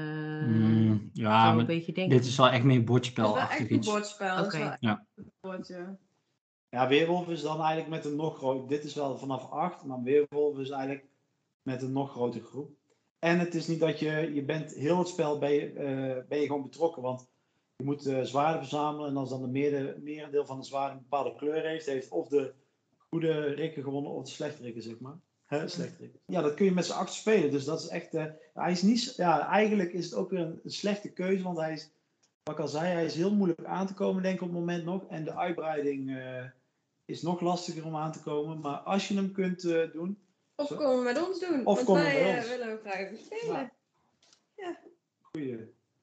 Speaker 4: ja,
Speaker 2: zo
Speaker 4: maar
Speaker 2: een beetje denken.
Speaker 4: dit is wel echt meer
Speaker 3: Het is wel
Speaker 4: bordspelachtig
Speaker 3: echt een
Speaker 4: iets.
Speaker 3: bordspel. Dat is wel
Speaker 2: Oké.
Speaker 3: echt
Speaker 4: Ja.
Speaker 3: een bordje.
Speaker 1: Ja, Weerwolf is dan eigenlijk met een nog groter. Dit is wel vanaf 8, maar Weerwolf is eigenlijk met een nog grotere groep. En het is niet dat je bent heel het spel ben je gewoon betrokken, want je moet zwaarden verzamelen en als dan de merendeel van de zwaarden een bepaalde kleur heeft of de goede rikken gewonnen of de slechte rikken, zeg maar. Slechte rikken. Ja, dat kun je met z'n 8 spelen, dus dat is echt. Hij is niet. Ja, eigenlijk is het ook weer een slechte keuze, want hij is, wat ik al zei, hij is heel moeilijk aan te komen, denk ik op het moment nog. En de uitbreiding is nog lastiger om aan te komen, maar als je hem kunt doen.
Speaker 3: Of komen met ons doen.
Speaker 1: Of
Speaker 3: want
Speaker 1: komen
Speaker 3: wij
Speaker 1: bij ons.
Speaker 3: willen ook graag even spelen.
Speaker 1: Ja. Goeie.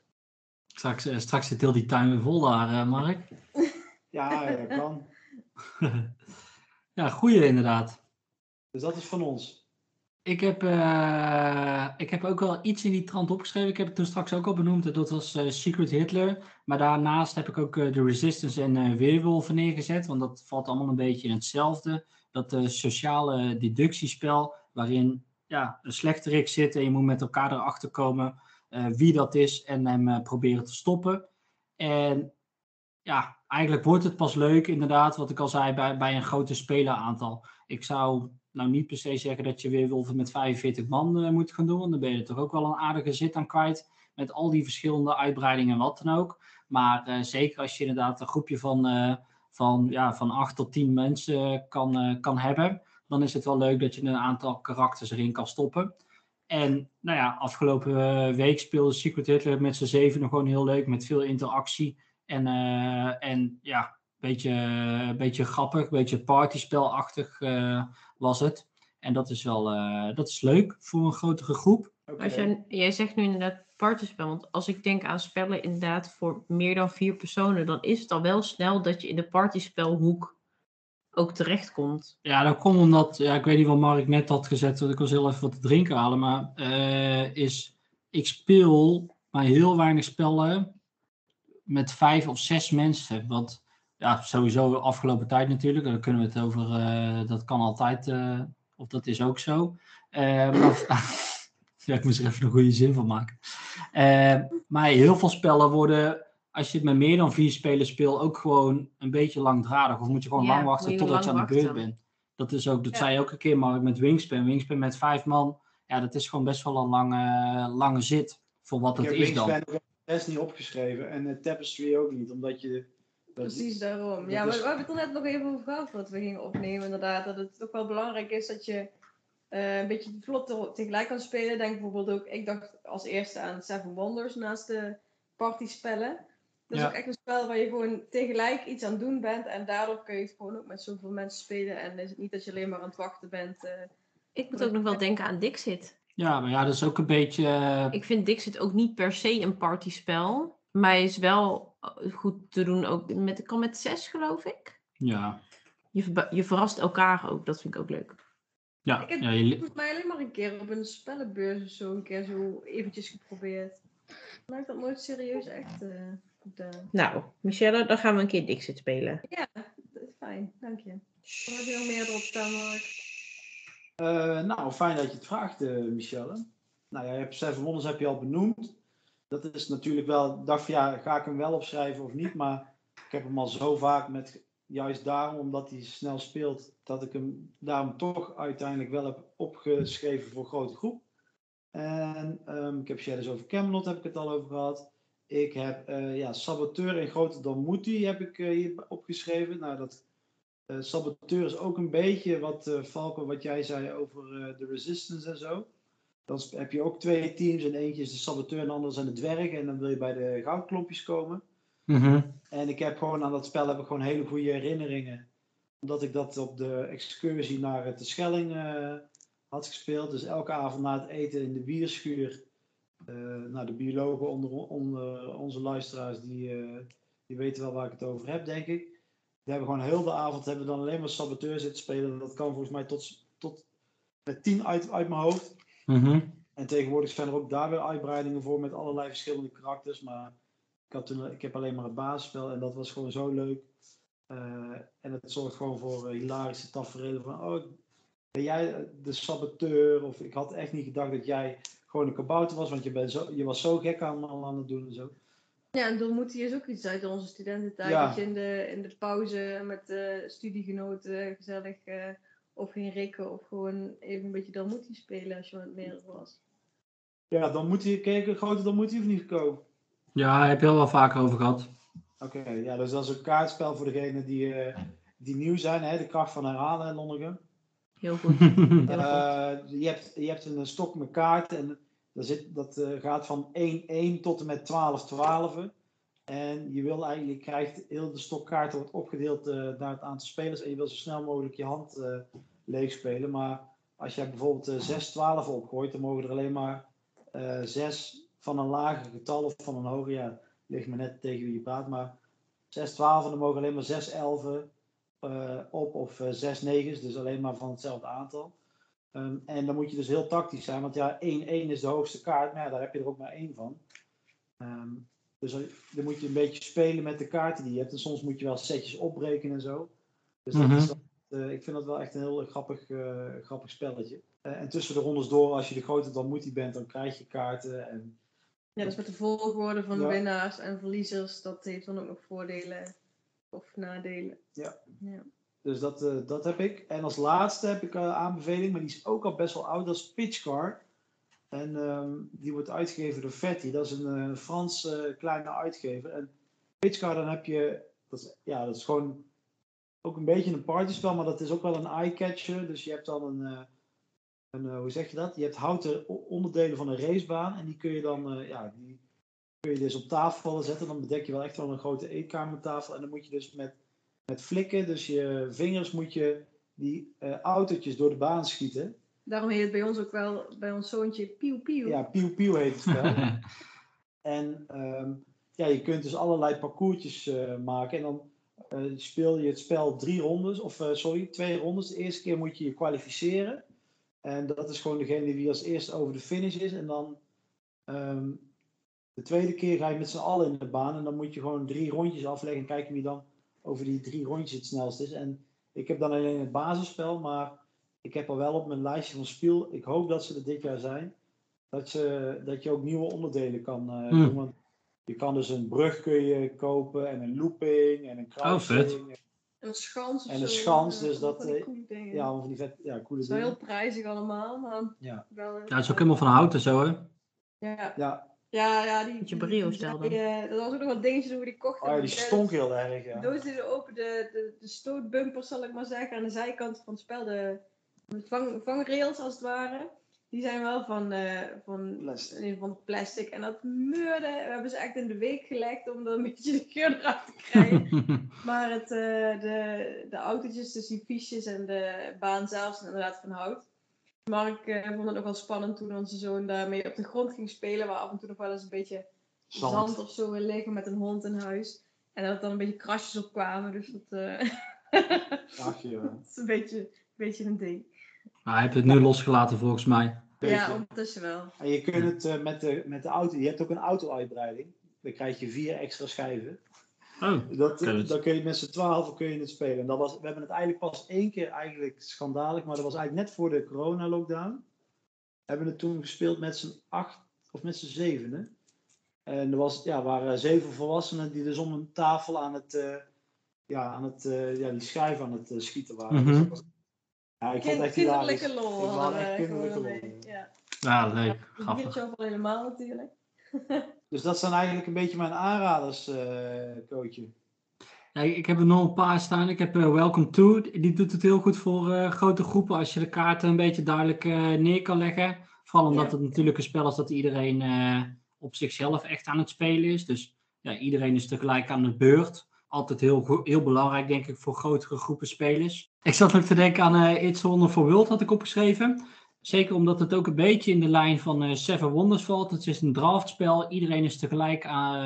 Speaker 4: Straks zit heel die tuin weer vol daar, Mark.
Speaker 1: Ja, dat kan.
Speaker 4: Ja, goeie inderdaad.
Speaker 1: Dus dat is van ons.
Speaker 4: Ik heb ook wel iets in die trant opgeschreven. Ik heb het toen straks ook al benoemd. Dat was Secret Hitler. Maar daarnaast heb ik ook de Resistance en Weerwolven neergezet. Want dat valt allemaal een beetje in hetzelfde. Dat sociale deductiespel. Waarin een slechterik zit. En je moet met elkaar erachter komen wie dat is. En hem proberen te stoppen. En ja, eigenlijk wordt het pas leuk inderdaad. Wat ik al zei bij een groter speleraantal. Ik zou nou niet per se zeggen dat je Weerwolven met 45 man moet gaan doen. Want dan ben je er toch ook wel een aardige zit aan kwijt. Met al die verschillende uitbreidingen en wat dan ook. Maar zeker als je inderdaad een groepje van 8 tot 10 mensen kan hebben. Dan is het wel leuk dat je een aantal karakters erin kan stoppen. En nou ja, afgelopen week speelde Secret Hitler met z'n 7 nog gewoon heel leuk. Met veel interactie. En ja, een beetje grappig, een beetje partyspelachtig was het. En dat is wel dat is leuk voor een grotere groep.
Speaker 1: Okay.
Speaker 2: Jij zegt nu inderdaad partyspel, want als ik denk aan spellen inderdaad voor meer dan 4 personen, dan is het al wel snel dat je in de partyspelhoek ook terechtkomt.
Speaker 4: Ja, dat komt omdat, ik weet niet wat Mark net had gezet, want ik was heel even wat te drinken halen, maar ik speel maar heel weinig spellen met 5 of 6 mensen. Want ja, sowieso de afgelopen tijd natuurlijk. Daar kunnen we het over. Dat kan altijd. Of dat is ook zo. Ja, ik moest er even een goede zin van maken. Maar heel veel spellen worden, als je het met meer dan 4 spelers speelt, ook gewoon een beetje langdradig. Of moet je gewoon lang wachten totdat je aan de beurt bent. Dat is ook, dat zei je ook een keer, Mark, met Wingspan. Wingspan met 5 man. Ja, dat is gewoon best wel een lange zit. Voor wat het is dan.
Speaker 1: Wingspan is niet opgeschreven en Tapestry ook niet, omdat je...
Speaker 3: Precies daarom. Ja, maar we hebben het er net nog even over gehad wat we gingen opnemen, inderdaad. Dat het toch wel belangrijk is dat je een beetje vlot tegelijk kan spelen. Denk bijvoorbeeld ook, ik dacht als eerste aan Seven Wonders naast de partyspellen. Dat is ook echt een spel waar je gewoon tegelijk iets aan het doen bent. En daardoor kun je het gewoon ook met zoveel mensen spelen. En is het niet dat je alleen maar aan het wachten bent.
Speaker 2: Ik moet ook nog wel denken aan Dixit.
Speaker 4: Ja, maar ja, dat is ook een beetje...
Speaker 2: Ik vind Dixit ook niet per se een partyspel. Maar hij is wel goed te doen ook. Kan met 6, geloof ik.
Speaker 4: Ja.
Speaker 2: Je verrast elkaar ook. Dat vind ik ook leuk.
Speaker 4: Ja.
Speaker 3: Ik heb volgens mij alleen maar een keer op een spellenbeurs of zo een keer zo eventjes geprobeerd. Maar ik dat nooit serieus echt gedaan.
Speaker 2: Nou, Michelle, dan gaan we een keer Dixit spelen.
Speaker 3: Ja, dat is fijn. Dank je. Wat heb je nog meer erop staan, Mark?
Speaker 1: Nou, fijn dat je het vraagt, Michelle. Nou ja, Seven Wonders heb je al benoemd. Dat is natuurlijk wel, ik dacht van ja, ga ik hem wel opschrijven of niet? Maar ik heb hem al zo vaak met juist daarom, omdat hij snel speelt, dat ik hem daarom toch uiteindelijk wel heb opgeschreven voor een grote groep. En ik heb Shadows over Camelot, heb ik het al over gehad. Ik heb Saboteur en Groter dan Moetie heb ik hier opgeschreven. Nou, dat Saboteur is ook een beetje wat Falco, wat jij zei over de Resistance en zo. Dan heb je ook 2 teams en eentje is de Saboteur en de andere zijn de dwergen. En dan wil je bij de goudklompjes komen. En ik heb gewoon aan dat spel gewoon hele goede herinneringen. Omdat ik dat op de excursie naar de Schelling had gespeeld. Dus elke avond na het eten in de bierschuur. De biologen onder onze luisteraars, die weten wel waar ik het over heb, denk ik. Die hebben gewoon heel de avond hebben we dan alleen maar Saboteur zitten spelen. Dat kan volgens mij tot met 10 uit mijn hoofd. En tegenwoordig zijn er ook daar weer uitbreidingen voor met allerlei verschillende karakters. Maar ik heb alleen maar het basisspel en dat was gewoon zo leuk. En het zorgt gewoon voor hilarische tafereelen van, ben jij de Saboteur? Of ik had echt niet gedacht dat jij gewoon een kabouter was, want je was zo gek aan het doen en zo.
Speaker 3: Ja, en Dolmoetie is ook iets uit onze studententijd.
Speaker 1: Ja.
Speaker 3: Dat je in de pauze met studiegenoten gezellig of ging rikken of gewoon even een beetje Dolmoetie spelen als je met meerdere was.
Speaker 1: Ja, dan moet hij kijken, groter dan moet hij of niet gekomen.
Speaker 4: Ja, heb je al wel vaker over gehad.
Speaker 1: Oké, ja, dus dat is een kaartspel voor degenen die nieuw zijn, hè? De kracht van herhalen en Lonneke.
Speaker 2: Heel goed.
Speaker 1: Je hebt een stok met kaarten en dat gaat van 1-1 tot en met 12-12. En je krijgt heel de stok kaarten wordt opgedeeld naar het aantal spelers en je wil zo snel mogelijk je hand leeg spelen. Maar als je bijvoorbeeld 6-12 opgooit, dan mogen er alleen maar 6 van een lager getal of van een hoger, ja, ligt me net tegen wie je praat, maar 6-12 en dan mogen alleen maar 6 11 op of 6 9's, dus alleen maar van hetzelfde aantal. En dan moet je dus heel tactisch zijn, want ja, 1-1 is de hoogste kaart, maar ja, daar heb je er ook maar 1 van. Dus dan moet je een beetje spelen met de kaarten die je hebt. En soms moet je wel setjes opbreken en zo. Dus dat is ik vind dat wel echt een heel grappig spelletje. En tussen de rondes door, als je de grote dan moet die bent, dan krijg je kaarten. En
Speaker 3: Ja, dus met de volgorde van de winnaars en verliezers, dat heeft dan ook nog voordelen of nadelen.
Speaker 1: Ja. Dus dat heb ik. En als laatste heb ik aanbeveling, maar die is ook al best wel oud, dat is Pitchcar. En die wordt uitgegeven door Vetti. Dat is een Franse kleine uitgever. En Pitchcar, dan heb je, dat is gewoon ook een beetje een partyspel, maar dat is ook wel een eye-catcher. Dus je hebt dan hoe zeg je dat? Je hebt houten onderdelen van een racebaan en die kun je dan, die kun je dus op tafel zetten. Dan bedek je wel echt wel een grote eetkamertafel en dan moet je dus met flikken, dus je vingers moet je die autootjes door de baan schieten.
Speaker 3: Daarom heet het bij ons ook wel, bij ons zoontje, Piu Piu.
Speaker 1: Ja, Piu Piu heet het spel. En je kunt dus allerlei parcoursjes maken. En dan speel je het spel 2 rondes. De eerste keer moet je je kwalificeren. En dat is gewoon degene die als eerste over de finish is. En dan de tweede keer ga je met z'n allen in de baan. En dan moet je gewoon 3 rondjes afleggen. En kijken wie dan over die 3 rondjes het snelst is. En ik heb dan alleen het basisspel. Maar ik heb al wel op mijn lijstje van speel. Ik hoop dat ze er dit jaar zijn. Dat je ook nieuwe onderdelen kan doen. Want je kan dus een brug kun je kopen. En een looping. En een kruising.
Speaker 3: Een schans of
Speaker 1: en een
Speaker 3: zo.
Speaker 1: schans. Dus dat...
Speaker 3: van die coole dingen.
Speaker 1: Ja, van die coole dingen.
Speaker 3: Het is wel heel prijzig allemaal. Maar
Speaker 1: wel,
Speaker 4: het is ook helemaal van hout en zo, hè?
Speaker 3: Ja, die
Speaker 2: Brio-stijl dan.
Speaker 3: dat was ook nog wat dingetjes hoe die kochten.
Speaker 1: Oh ja, die stonk heel erg, ja.
Speaker 3: De doos deden open, de stootbumpers zal ik maar zeggen, aan de zijkant van het spel, de vangrails als het ware. Die zijn wel van plastic. En dat meurde, we hebben ze echt in de week gelegd om er een beetje de geur eruit te krijgen. Maar de autootjes, dus die fiches en de baan zelf zijn inderdaad van hout. Mark vond het nog wel spannend toen onze zoon daarmee op de grond ging spelen, waar af en toe nog wel eens een beetje zand of zo wil liggen met een hond in huis. En dat er dan een beetje krasjes op kwamen, dus dat, dat is een beetje een ding.
Speaker 4: Maar hij heeft het nu losgelaten volgens mij.
Speaker 3: Ja, ondertussen wel.
Speaker 1: En je kunt het met de auto, je hebt ook een auto-uitbreiding. Dan krijg je 4 extra schijven. Dan kun je met z'n 12 het spelen. En we hebben het eigenlijk pas 1 keer schandalig, maar dat was eigenlijk net voor de corona-lockdown. Hebben we het toen gespeeld met z'n 8 of met z'n 7. En er waren 7 volwassenen die dus om een tafel aan het die schijf aan het schieten waren.
Speaker 4: Mhm.
Speaker 1: Dus dat was- ja, ik vond het echt hilarisch.
Speaker 3: Kinderlijke lol
Speaker 1: Ik
Speaker 3: hadden
Speaker 1: had echt
Speaker 3: we
Speaker 1: kinderlijke
Speaker 3: gewoon
Speaker 1: lol.
Speaker 3: mee. Ja.
Speaker 4: Ja, leuk.
Speaker 3: Het
Speaker 4: Grappig.
Speaker 3: biertje al helemaal natuurlijk.
Speaker 1: Dus dat zijn eigenlijk een beetje mijn aanraders, coachje.
Speaker 4: Ja, ik heb er nog een paar staan. Ik heb Welcome To. Die doet het heel goed voor grote groepen. Als je de kaarten een beetje duidelijk neer kan leggen. Vooral omdat
Speaker 3: Ja.
Speaker 4: het natuurlijk een spel is dat iedereen op zichzelf echt aan het spelen is. Dus ja, iedereen is tegelijk aan de beurt. Altijd heel belangrijk, denk ik, voor grotere groepen spelers. Ik zat ook te denken aan It's a Wonderful World, had ik opgeschreven. Zeker omdat het ook een beetje in de lijn van Seven Wonders valt. Het is een draftspel. Iedereen is tegelijk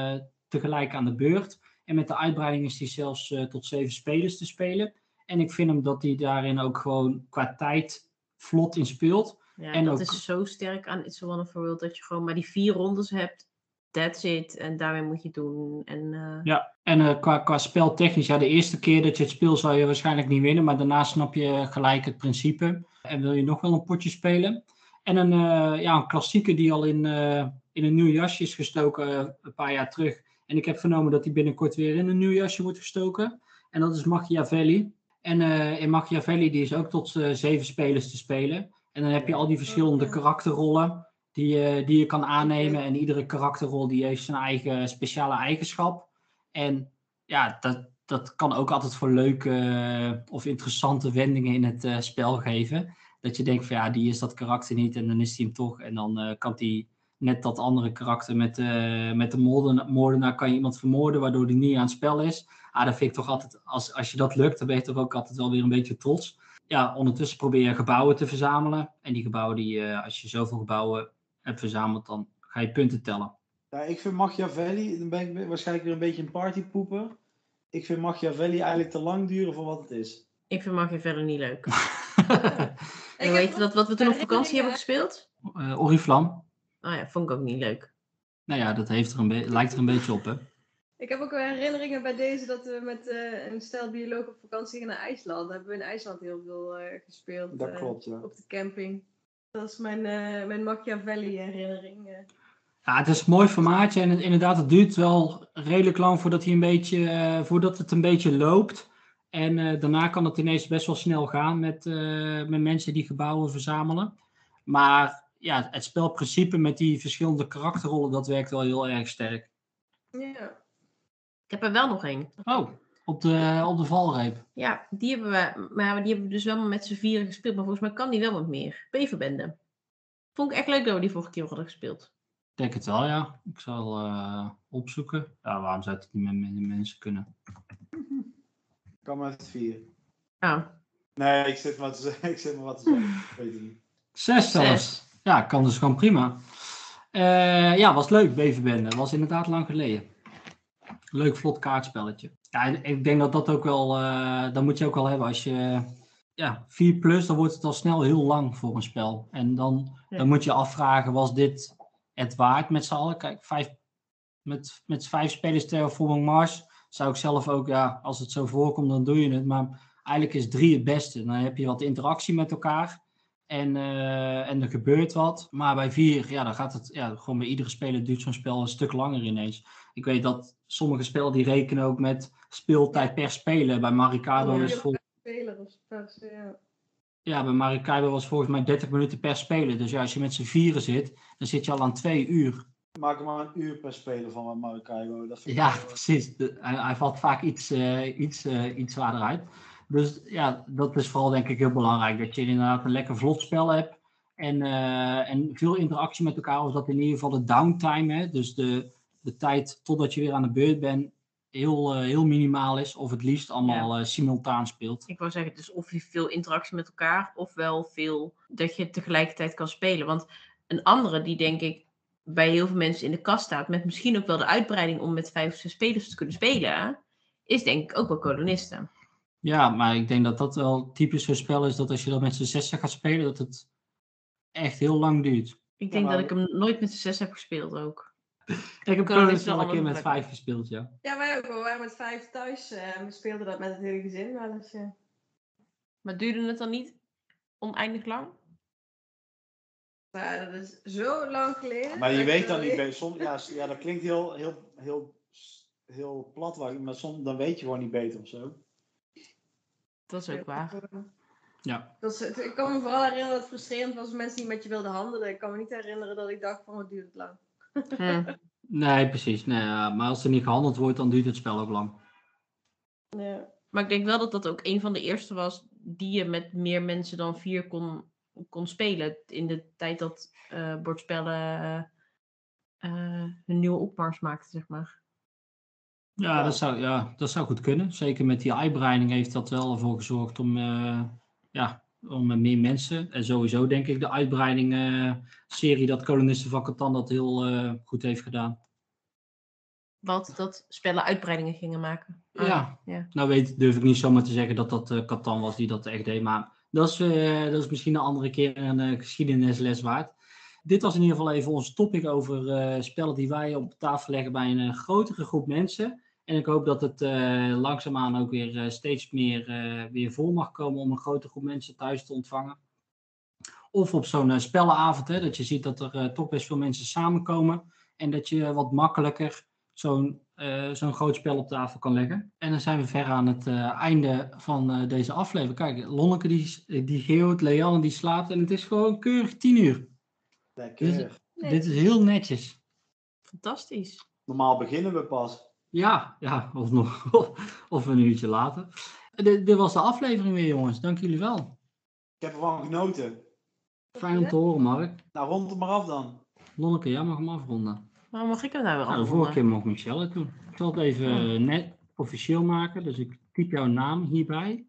Speaker 4: aan de beurt. En met de uitbreiding is die zelfs tot 7 spelers te spelen. En ik vind hem dat hij daarin ook gewoon qua tijd vlot in speelt.
Speaker 2: Ja,
Speaker 4: En
Speaker 2: dat
Speaker 4: ook-
Speaker 2: is zo sterk aan It's a Wonderful World dat je gewoon maar die 4 rondes hebt. That's it. En daarmee moet je het doen. En
Speaker 4: Ja, en qua speltechnisch, ja, de eerste keer dat je het speelt zal je waarschijnlijk niet winnen. Maar daarna snap je gelijk het principe. En wil je nog wel een potje spelen. En een klassieker die al in een nieuw jasje is gestoken een paar jaar terug. En ik heb vernomen dat die binnenkort weer in een nieuw jasje wordt gestoken. En dat is Machiavelli. En in Machiavelli die is ook tot 7 spelers te spelen. En dan heb je al die verschillende karakterrollen die je kan aannemen. En iedere karakterrol die heeft zijn eigen speciale eigenschap. En ja, dat kan ook altijd voor leuke of interessante wendingen in het spel geven. Dat je denkt van ja, die is dat karakter niet en dan is die hem toch. En dan kan die net dat andere karakter met de moordenaar kan je iemand vermoorden waardoor die niet aan het spel is. Dat vind ik toch altijd, als je dat lukt, dan ben je toch ook altijd wel weer een beetje trots. Ja, ondertussen probeer je gebouwen te verzamelen. En die gebouwen, als je zoveel gebouwen hebt verzameld, dan ga je punten tellen.
Speaker 1: Ja, ik vind Machiavelli, dan ben ik waarschijnlijk weer een beetje een partypoeper. Ik vind Machiavelli eigenlijk te lang duren voor wat het is.
Speaker 2: ik vind Machiavelli niet leuk.
Speaker 3: Ik
Speaker 2: En
Speaker 3: heb
Speaker 2: weet je dat wat we toen op vakantie hebben gespeeld?
Speaker 4: Oriflam.
Speaker 2: Oh ja, vond ik ook niet leuk.
Speaker 4: Nou ja, dat lijkt er een beetje op, hè?
Speaker 3: Ik heb ook wel herinneringen bij deze dat we met een stel biologen op vakantie gingen naar IJsland. Daar hebben we in IJsland heel veel gespeeld.
Speaker 1: Dat klopt, ja.
Speaker 3: Op de camping. Dat is mijn Machiavelli herinnering.
Speaker 4: Ja, het is een mooi formaatje en inderdaad, het duurt wel redelijk lang voordat het een beetje loopt. En daarna kan het ineens best wel snel gaan met mensen die gebouwen verzamelen. Maar ja, het spelprincipe met die verschillende karakterrollen, dat werkt wel heel erg sterk.
Speaker 3: Ja.
Speaker 2: Ik heb er wel nog één.
Speaker 4: Oh, op de valreep.
Speaker 2: Ja, die hebben we dus wel met z'n 4 gespeeld. Maar volgens mij kan die wel wat meer. Beverbende. Vond ik echt leuk dat we die vorige keer hadden gespeeld.
Speaker 4: Ik denk het wel, ja. Ik zal opzoeken. Ja, waarom zou het niet met mensen kunnen?
Speaker 1: Kan maar met 4.
Speaker 2: Oh,
Speaker 1: Nee, ik zit maar wat te zeggen. Ik weet het niet.
Speaker 4: 6 zelfs.
Speaker 2: 6.
Speaker 4: Ja, kan dus gewoon prima. Ja, was leuk, Beverbende. Was inderdaad lang geleden. Leuk, vlot kaartspelletje. Ja, en ik denk dat ook wel... dat moet je ook wel hebben als je... Ja, 4+, dan wordt het al snel heel lang voor een spel. En dan moet je afvragen, was dit het waard met z'n allen? Kijk, met 5 spelers Terraforming Mars zou ik zelf ook... Ja, als het zo voorkomt, dan doe je het. Maar eigenlijk is 3 het beste. Dan heb je wat interactie met elkaar. En er gebeurt wat. Maar bij 4, ja, dan gaat het... Ja, gewoon bij iedere speler duurt zo'n spel een stuk langer ineens. Ik weet dat sommige spellen die rekenen ook met speeltijd per speler. Bij Maracaibo is bij Maracaibo was volgens mij 30 minuten per speler. Dus ja, als je met z'n 4 zit, dan zit je al aan 2 uur.
Speaker 1: Maak er maar een uur per speler van Maracaibo.
Speaker 4: Ja, precies. Hij valt vaak iets zwaarder uit. Dus ja, dat is vooral denk ik heel belangrijk. Dat je inderdaad een lekker vlot spel hebt. En veel interactie met elkaar. Of dat in ieder geval de downtime, hè, dus de tijd totdat je weer aan de beurt bent, heel minimaal is. Of het liefst allemaal simultaan speelt.
Speaker 2: Ik wou zeggen, dus of je veel interactie met elkaar, ofwel veel dat je tegelijkertijd kan spelen. Want een andere die denk ik bij heel veel mensen in de kast staat, met misschien ook wel de uitbreiding om met 5 spelers te kunnen spelen, is denk ik ook wel kolonisten.
Speaker 4: Ja, maar ik denk dat dat wel typisch zo'n spel is dat als je dat met z'n 6 gaat spelen, dat het echt heel lang duurt.
Speaker 2: Ik denk dat ik hem nooit met z'n 6 heb gespeeld ook.
Speaker 4: Ik heb
Speaker 2: Kolonisten
Speaker 4: wel een keer met
Speaker 2: anders
Speaker 4: 5 gespeeld, ja.
Speaker 3: Ja, wij ook. We waren met 5 thuis. We speelden dat met het hele gezin.
Speaker 2: Maar duurde het dan niet oneindig lang?
Speaker 3: Maar dat is zo lang geleden.
Speaker 1: Maar je
Speaker 3: Dat
Speaker 1: weet
Speaker 3: ik
Speaker 1: dan
Speaker 3: wel
Speaker 1: niet
Speaker 3: weet.
Speaker 1: bij soms. Ja, dat klinkt heel heel plat was, maar soms dan weet je gewoon niet beter of zo.
Speaker 2: Dat is ook waar.
Speaker 4: Ja.
Speaker 3: Ik kan me vooral herinneren dat het frustrerend was als mensen niet met je wilden handelen. Ik kan me niet herinneren dat ik dacht van wat duurt het lang.
Speaker 4: Nee, precies. Nee, maar als er niet gehandeld wordt, dan duurt het spel ook lang.
Speaker 3: Ja.
Speaker 2: Maar ik denk wel dat dat ook een van de eerste was die je met meer mensen dan 4 kon spelen. In de tijd dat bordspellen een nieuwe opmars maakten, zeg maar.
Speaker 4: Ja, dat zou goed kunnen. Zeker met die uitbreiding heeft dat wel ervoor gezorgd om meer mensen. En sowieso denk ik de uitbreiding serie dat Kolonisten van Catan dat heel goed heeft gedaan.
Speaker 2: Wat dat spellen uitbreidingen gingen maken.
Speaker 4: Ja.
Speaker 2: Ja.
Speaker 4: Nou durf ik niet zomaar te zeggen dat dat Catan was die dat echt deed. Maar dat is misschien een andere keer een geschiedenisles waard. Dit was in ieder geval even ons topic over spellen die wij op tafel leggen bij een grotere groep mensen. En ik hoop dat het langzaamaan ook weer steeds meer weer vol mag komen om een grote groep mensen thuis te ontvangen. Of op zo'n spellenavond, hè, dat je ziet dat er toch best veel mensen samenkomen. En dat je wat makkelijker zo'n groot spel op tafel kan leggen. En dan zijn we ver aan het einde van deze aflevering. Kijk, Lonneke die geeuwt, Leanne die slaapt en het is gewoon keurig 10 uur.
Speaker 1: Lekker.
Speaker 4: Dit is heel netjes.
Speaker 2: Fantastisch.
Speaker 1: Normaal beginnen we pas.
Speaker 4: Ja, of een uurtje later. Dit was de aflevering weer, jongens. Dank jullie wel.
Speaker 1: Ik heb ervan genoten.
Speaker 4: Fijn om te horen, Mark.
Speaker 1: Nou, rond het maar af dan.
Speaker 4: Lonneke, jij mag hem afronden.
Speaker 2: Waarom mag ik hem nou weer
Speaker 4: Nou, de vorige keer mocht Michelle het doen. Ik zal het even net officieel maken. Dus ik typ jouw naam hierbij.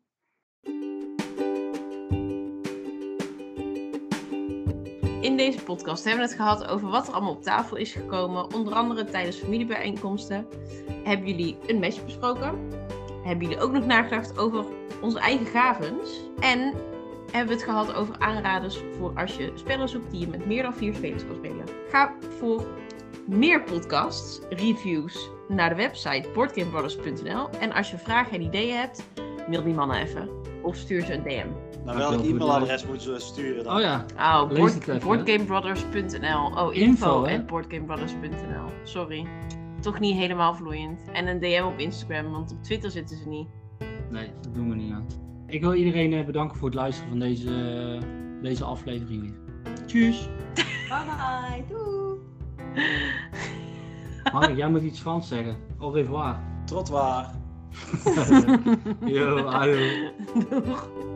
Speaker 2: In deze podcast hebben we het gehad over wat er allemaal op tafel is gekomen. Onder andere tijdens familiebijeenkomsten. Hebben jullie een mesje besproken? Hebben jullie ook nog nagedacht over onze eigen gavens? En hebben we het gehad over aanraders voor als je spellen zoekt die je met meer dan 4 spelers kan spelen. Ga voor meer podcasts, reviews naar de website boardgamebrothers.nl. En als je vragen en ideeën hebt, mail die mannen even. Of stuur ze een DM.
Speaker 1: Nou, welk e-mailadres moeten we sturen dan?
Speaker 4: Oh ja.
Speaker 2: Boardgamebrothers.nl. Oh, info@boardgamebrothers.nl. Sorry. Toch niet helemaal vloeiend. En een DM op Instagram, want op Twitter zitten ze niet.
Speaker 4: Nee, dat doen we niet aan. Ik wil iedereen bedanken voor het luisteren van deze aflevering weer. Tjus.
Speaker 3: Bye bye. Doei.
Speaker 4: Mark, jij moet iets Frans zeggen. Au revoir.
Speaker 1: Trottoir.
Speaker 4: Yo, hallo.
Speaker 2: Doeg.